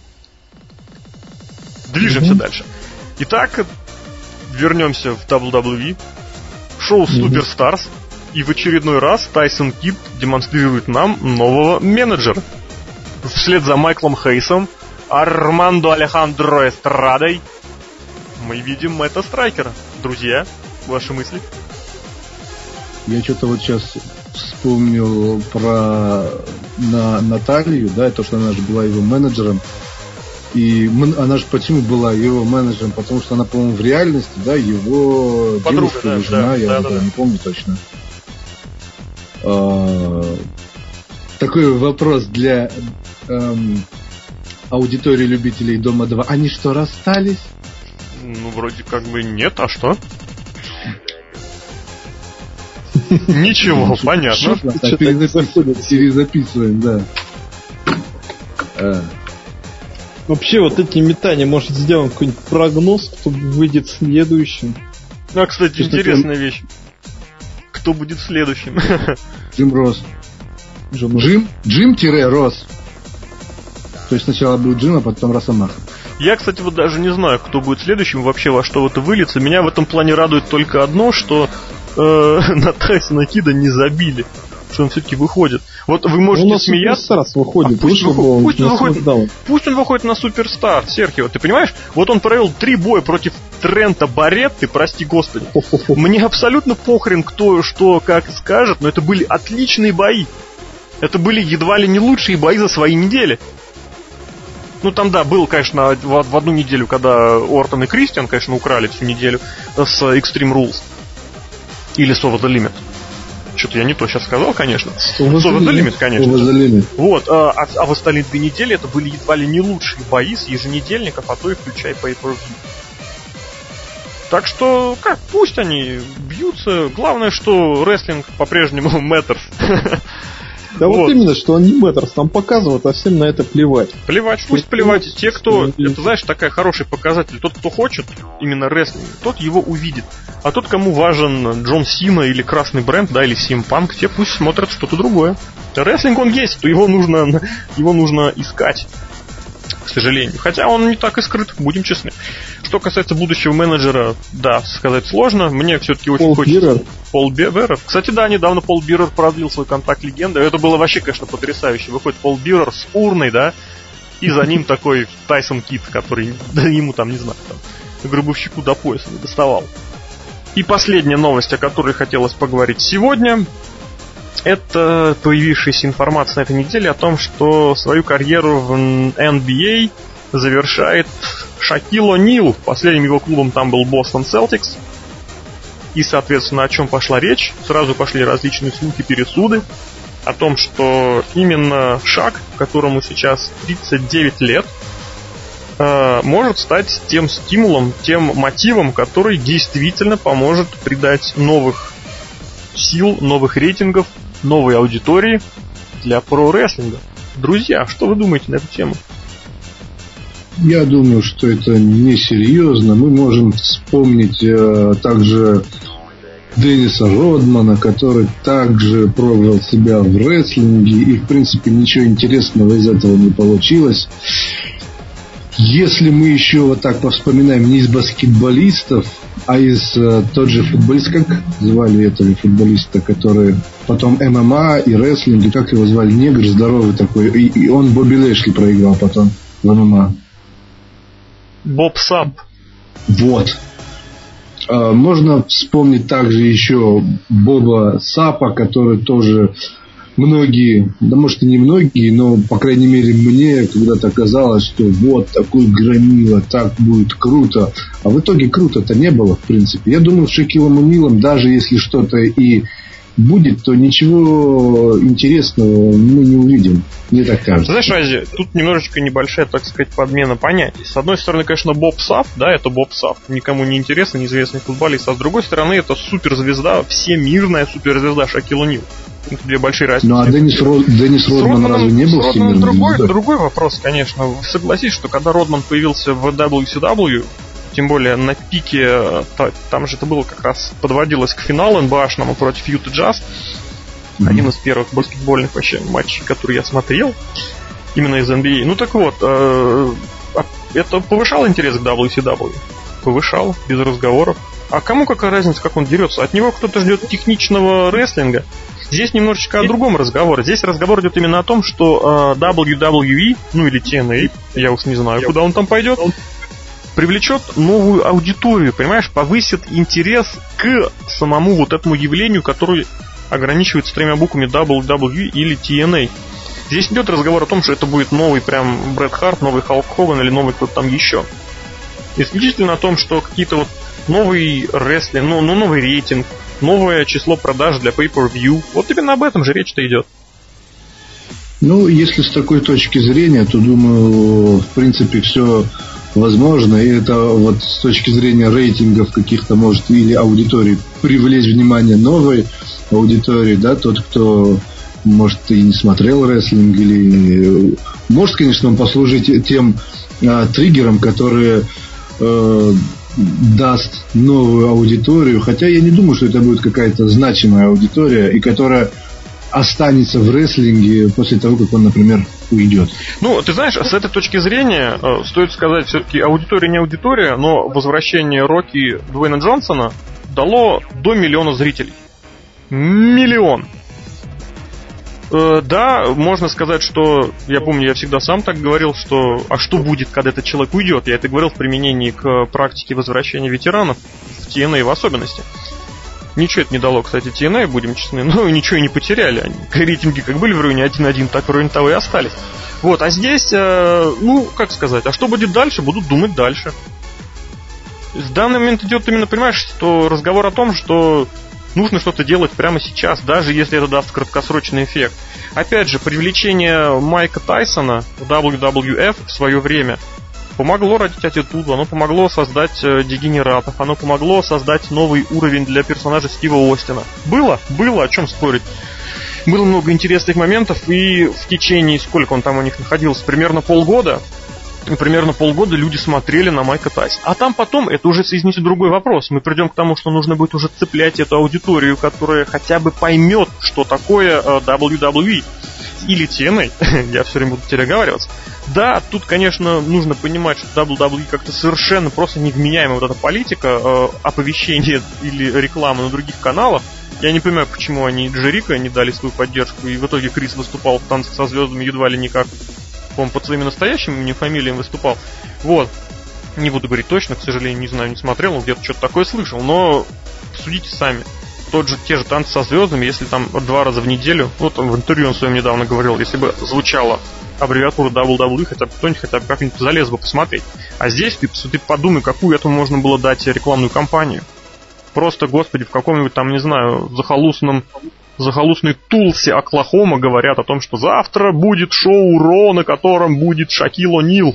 Движемся mm-hmm. дальше. Итак, вернемся в дабл ю дабл ю и. Шоу Superstars. И в очередной раз Тайсон Кид демонстрирует нам нового менеджера. Вслед за Майклом Хейсом, Армандо Алехандро Эстрадой мы видим Мэтта Страйкера. Друзья, ваши мысли? Я что-то вот сейчас вспомнил про на, Наталью, да, то, что она же была его менеджером. И она же почему была его менеджером? Потому что она, по-моему, в реальности, да, его подруга, девушка да, или жена, да, я да, да, да. не помню точно. А, такой вопрос для эм, аудитории любителей Дома два. Они что, расстались? Ну, вроде как бы нет, а что? Ничего, понятно. Перезаписываем, да. Вообще, вот эти метания, может, сделаем какой-нибудь прогноз, кто выйдет следующим. А, кстати, интересная вещь. Кто будет следующим? Джим Росс. Джим? Джим-Росс. То есть сначала будет Джим, а потом Росомаха. Я, кстати, вот даже не знаю, кто будет следующим, вообще во что это выльется. Меня в этом плане радует только одно, что э, на Тайсона Кида не забили. Что он все-таки выходит. Вот вы можете он смеяться. На выходит. А пусть, выходит, он пусть, он выходит пусть он выходит на Суперстар, Серхио. Ты понимаешь? Вот он провел три боя против Трента Барретты, прости господи. Мне абсолютно похрен, кто что как скажет, но это были отличные бои. Это были едва ли не лучшие бои за свои недели. Ну там, да, был, конечно, в, в одну неделю, когда Ортон и Кристиан, конечно, украли всю неделю с Extreme Rules. Или с Over the Limit. Что-то я не то сейчас сказал, конечно. Over the Limit, конечно. Over the Limit. Вот, а, а в остальные две недели это были едва ли не лучшие бои с еженедельников, а то и включая pay-per-view. Так что, как, пусть они бьются. Главное, что рестлинг по-прежнему matters. Да вот. вот именно, что он не Мэттерс там показывают, а всем на это плевать. Плевать, пусть плевать. Те, кто, это, знаешь, такой хороший показатель. Тот, кто хочет именно рестлинг, тот его увидит. А тот, кому важен Джон Сина или красный бренд, да, или си эм Punk, те пусть смотрят что-то другое. Рестлинг он есть, то его нужно, его нужно искать, к сожалению. Хотя он не так и скрыт, будем честны. Что касается будущего менеджера, да, сказать сложно. Мне все-таки очень Пол хочется... Бирер. Пол Бирер. Кстати, да, недавно Пол Бирер продлил свой контракт легенды. Это было вообще, конечно, потрясающе. Выходит Пол Бирер с урной, да, и за ним такой Тайсон Кид, который, да, ему там, не знаю, там, гробовщику до пояса не доставал. И последняя новость, о которой хотелось поговорить сегодня, это появившаяся информация на этой неделе о том, что свою карьеру в эн би эй завершает Шакил О'Нил. Последним его клубом там был Бостон Селтикс. И, соответственно, о чем пошла речь? Сразу пошли различные слухи, пересуды о том, что именно Шак, которому сейчас тридцать девять лет, э, может стать тем стимулом, тем мотивом, который действительно поможет придать новых сил, новых рейтингов, новой аудитории для про-рестлинга. Друзья, что вы думаете на эту тему? Я думаю, что это несерьезно. Мы можем вспомнить э, также Денниса Родмана, который также пробовал себя в рестлинге, и в принципе ничего интересного из этого не получилось. Если мы еще вот так повспоминаем не из баскетболистов, а из э, тот же футболист, как звали этого футболиста, который потом эм эм а и рестлинг, и как его звали, негр здоровый такой, и, и он Бобби Лэшли проиграл потом в эм эм а. Боб Саб. Вот. Можно вспомнить также еще Боба Сапа, который тоже многие, да может и не многие, но по крайней мере мне когда-то казалось, что вот такой громила, так будет круто. А в итоге круто-то не было, в принципе. Я думаю, с Шакилом О'Нилом, даже если что-то и будет, то ничего интересного мы не увидим. Мне так кажется. Знаешь, Ази, тут немножечко небольшая, так сказать, подмена понятий. С одной стороны, конечно, Боб Саф, да, это Боб Саф, никому не интересно, неизвестный футболист. А с другой стороны, это суперзвезда, всемирная суперзвезда Шакил О'Нил. Это две большие разницы. Ну, а Деннис, Ро... Деннис Родман разве не был всемирным? Другой, другой вопрос, конечно. Согласись, что когда Родман появился в дабл ю си дабл ю, тем более на пике, там же это было как раз, подводилось к финалу эн би эй-шному против Юта Джаз. Mm-hmm. Один из первых баскетбольных вообще матчей, которые я смотрел, именно из эн би эй. Ну так вот, это повышало интерес к дабл ю си дабл ю? Повышало, без разговоров. А кому какая разница, как он дерется? От него кто-то ждет техничного рестлинга. Здесь немножечко о другом разговоре. Здесь разговор идет именно о том, что дабл ю дабл ю и, ну или ти эн эй, я уж не знаю, куда он там пойдет, привлечет новую аудиторию, понимаешь, повысит интерес к самому вот этому явлению, который ограничивается тремя буквами дабл ю дабл ю и или ти эн эй. Здесь идет разговор о том, что это будет новый прям Брэд Харт, новый Халк Хоган или новый кто-то там еще. Исключительно о том, что какие-то вот новый рестлинг, ну, ну новый рейтинг, новое число продаж для pay-per-view. Вот именно об этом же речь-то идет. Ну, если с такой точки зрения, то, думаю, в принципе, все возможно. И это вот с точки зрения рейтингов каких-то, может, или аудитории, привлечь внимание новой аудитории, да, тот, кто, может, и не смотрел рестлинг, или может, конечно, он послужить тем а, триггером, которые а, даст новую аудиторию, хотя я не думаю, что это будет какая-то значимая аудитория, и которая останется в рестлинге после того, как он, например, уйдет. Ну, ты знаешь, с этой точки зрения э, стоит сказать, все-таки аудитория не аудитория, но возвращение Рокки Дуэйна Джонсона дало до миллиона зрителей. Миллион! Э, да, можно сказать, что, я помню, я всегда сам так говорил, что а что будет, когда этот человек уйдет? Я это говорил в применении к практике возвращения ветеранов, в ти эн эй в особенности. Ничего это не дало, кстати, ти эн эй, будем честны, но ничего и не потеряли. Они, рейтинги как были в районе один-один, так в районе того и остались. Вот, а здесь, э, ну, как сказать, а что будет дальше, будут думать дальше. В данный момент идет именно, понимаешь, что разговор о том, что нужно что-то делать прямо сейчас, даже если это даст краткосрочный эффект. Опять же, привлечение Майка Тайсона в дабл ю дабл ю эф в свое время помогло родить аттитуду, оно помогло создать э, дегенератов, оно помогло создать новый уровень для персонажа Стива Остина. Было? Было, о чем спорить. Было много интересных моментов, и в течение, сколько он там у них находился, примерно полгода, примерно полгода люди смотрели на Майка Тайсона. А там потом, это уже, извините, другой вопрос. Мы придем к тому, что нужно будет уже цеплять эту аудиторию, которая хотя бы поймет, что такое э, дабл ю дабл ю и или ти эн эй. Я все время буду переговариваться. Да, тут, конечно, нужно понимать, что дабл ю дабл ю и как-то совершенно просто невменяемая вот эта политика э, оповещения или рекламы на других каналах. Я не понимаю, почему они Джерико не дали свою поддержку, и в итоге Крис выступал в «Танцах со звездами» едва ли не как, по-моему, под своими настоящими именем, фамилиям выступал. Вот. Не буду говорить точно, к сожалению, не знаю, не смотрел, где-то что-то такое слышал, но судите сами. Тот же, те же «Танцы со звездами», если там два раза в неделю, вот он в интервью он своем недавно говорил, если бы звучала аббревиатура дабл ю дабл ю и, хотя бы кто-нибудь хотя бы как-нибудь залез бы посмотреть. А здесь ты, ты подумай, какую этому можно было дать рекламную кампанию. Просто, господи, в каком-нибудь там, не знаю, захолустном, захолустной Тулсе, Оклахома говорят о том, что завтра будет шоу Ро, на котором будет Шакил О'Нил.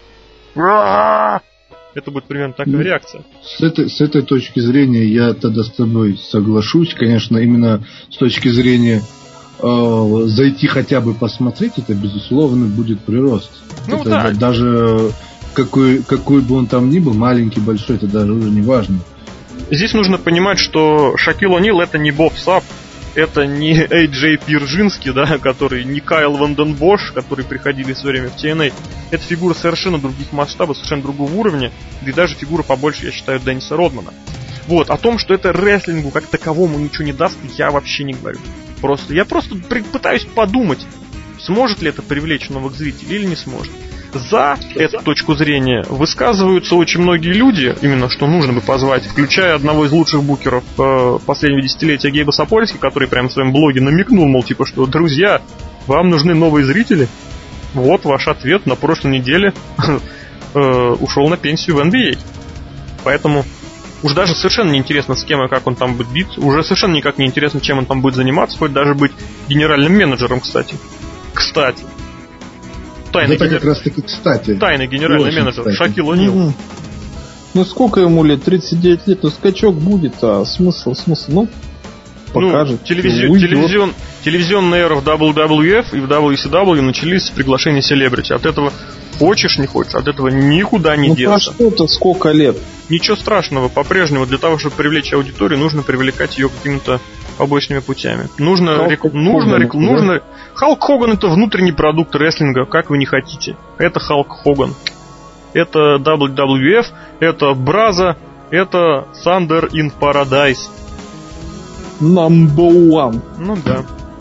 Это будет примерно такая реакция. С этой, с этой точки зрения я тогда с тобой соглашусь. Конечно, именно с точки зрения э, зайти хотя бы посмотреть, это, безусловно, будет прирост. Ну, это да. Даже какой, какой бы он там ни был, маленький, большой, это даже уже не важно. Здесь нужно понимать, что Шакил О'Нил это не Боб Сап, это не Эй Джей Пиржинский, да, который, не Кайл Ванденбош, которые приходили в свое время в ти эн эй. Это фигура совершенно других масштабов, совершенно другого уровня, да и даже фигура побольше, я считаю, Денниса Родмана. Вот, о том, что это рестлингу как таковому ничего не даст, я вообще не говорю. Просто, я просто пытаюсь подумать, сможет ли это привлечь новых зрителей или не сможет. За эту точку зрения высказываются очень многие люди, именно что нужно бы позвать, включая одного из лучших букеров э, последнего десятилетия Гейба Сапольски, который прямо в своем блоге намекнул, мол, типа, что, друзья, вам нужны новые зрители? Вот ваш ответ на прошлой неделе э, ушел на пенсию в эн би эй. Поэтому уж даже совершенно неинтересно, с кем и как он там будет биться, уже совершенно никак не интересно, чем он там будет заниматься, хоть даже быть генеральным менеджером, кстати. Кстати. Тайный, это генер... как раз таки кстати. Тайный генеральный менеджер кстати. Шакил О'Нил. Угу. Ну сколько ему лет? тридцать девять лет, ну скачок будет, а смысл, смысл, ну, покажет. Ну, телевизи... телевизион... Телевизионная эра в дабл ю дабл ю эф и в дабл ю си дабл ю начались с приглашения селебрити. От этого хочешь, не хочешь, от этого никуда не ну, деться. Ну прошло-то сколько лет? Ничего страшного, по-прежнему для того, чтобы привлечь аудиторию, нужно привлекать ее какими-то побочными путями. Нужно, рек... нужно, рек... нужно... Халк Хоган — это внутренний продукт рестлинга, как вы не хотите. Это Халк Хоган. Это дабл ю дабл ю эф, это Браза, это Thunder in Paradise. Number one. Ну да.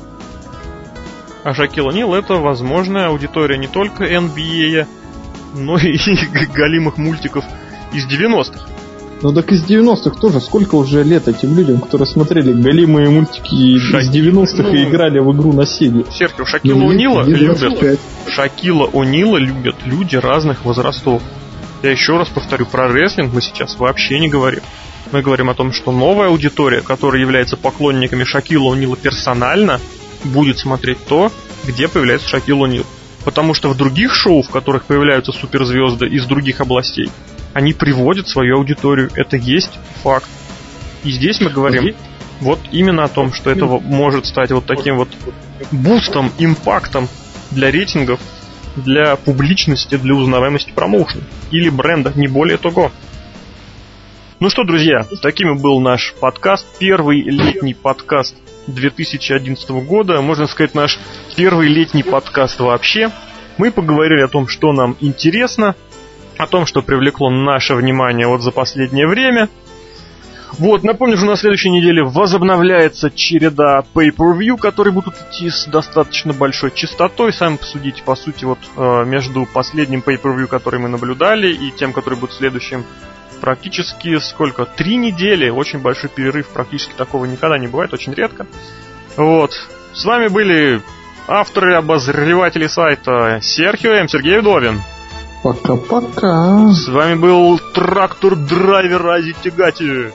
А Шакил О'Нил — это возможная аудитория не только эн би эй, но и галимых мультиков из девяностых. Ну так из девяностых тоже. Сколько уже лет этим людям, которые смотрели галимые мультики Шак... из девяностых ну... и играли в игру на Сеге? Серхио, Шакила ну, О'Нила любят. Шакила О'Нила любят люди разных возрастов. Я еще раз повторю, про рестлинг мы сейчас вообще не говорим. Мы говорим о том, что новая аудитория, которая является поклонниками Шакила О'Нила персонально, будет смотреть то, где появляется Шакил О'Нил. Потому что в других шоу, в которых появляются суперзвезды из других областей, они приводят свою аудиторию. Это есть факт. И здесь мы говорим вот именно о том, что это может стать вот таким вот бустом, импактом для рейтингов, для публичности, для узнаваемости промоушена или бренда, не более того. Ну что, друзья, таким был наш подкаст, первый летний подкаст две тысячи одиннадцатого года, можно сказать, наш первый летний подкаст вообще. Мы поговорили о том, что нам интересно, о том, что привлекло наше внимание вот за последнее время. Вот, напомню, что на следующей неделе возобновляется череда pay-per-view, которые будут идти с достаточно большой частотой. Сами посудите, по сути, вот между последним pay-per-view, который мы наблюдали, и тем, который будет следующим, практически сколько? Три недели. Очень большой перерыв. Практически такого никогда не бывает. Очень редко. Вот. С вами были авторы, обозреватели сайта Серхио М. Сергей Вдовин. Пока-пока. С вами был трактор-драйвер Ази Тягати.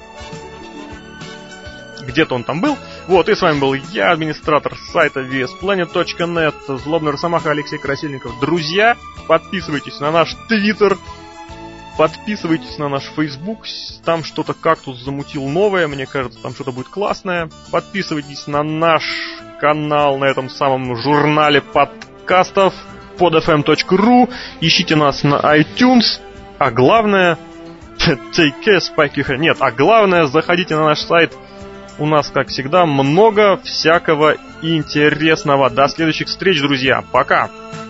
Где-то он там был. Вот, и с вами был я, администратор сайта ви эс планет точка нет, злобный росомаха Алексей Красильников. Друзья, подписывайтесь на наш Твиттер. Подписывайтесь на наш Facebook, там что-то кактус замутил новое, мне кажется, там что-то будет классное. Подписывайтесь на наш канал на этом самом журнале подкастов под эф эм точка ру, ищите нас на iTunes, а главное, take care, spike your hair. Нет, а главное, заходите на наш сайт, у нас, как всегда, много всякого интересного. До следующих встреч, друзья, пока!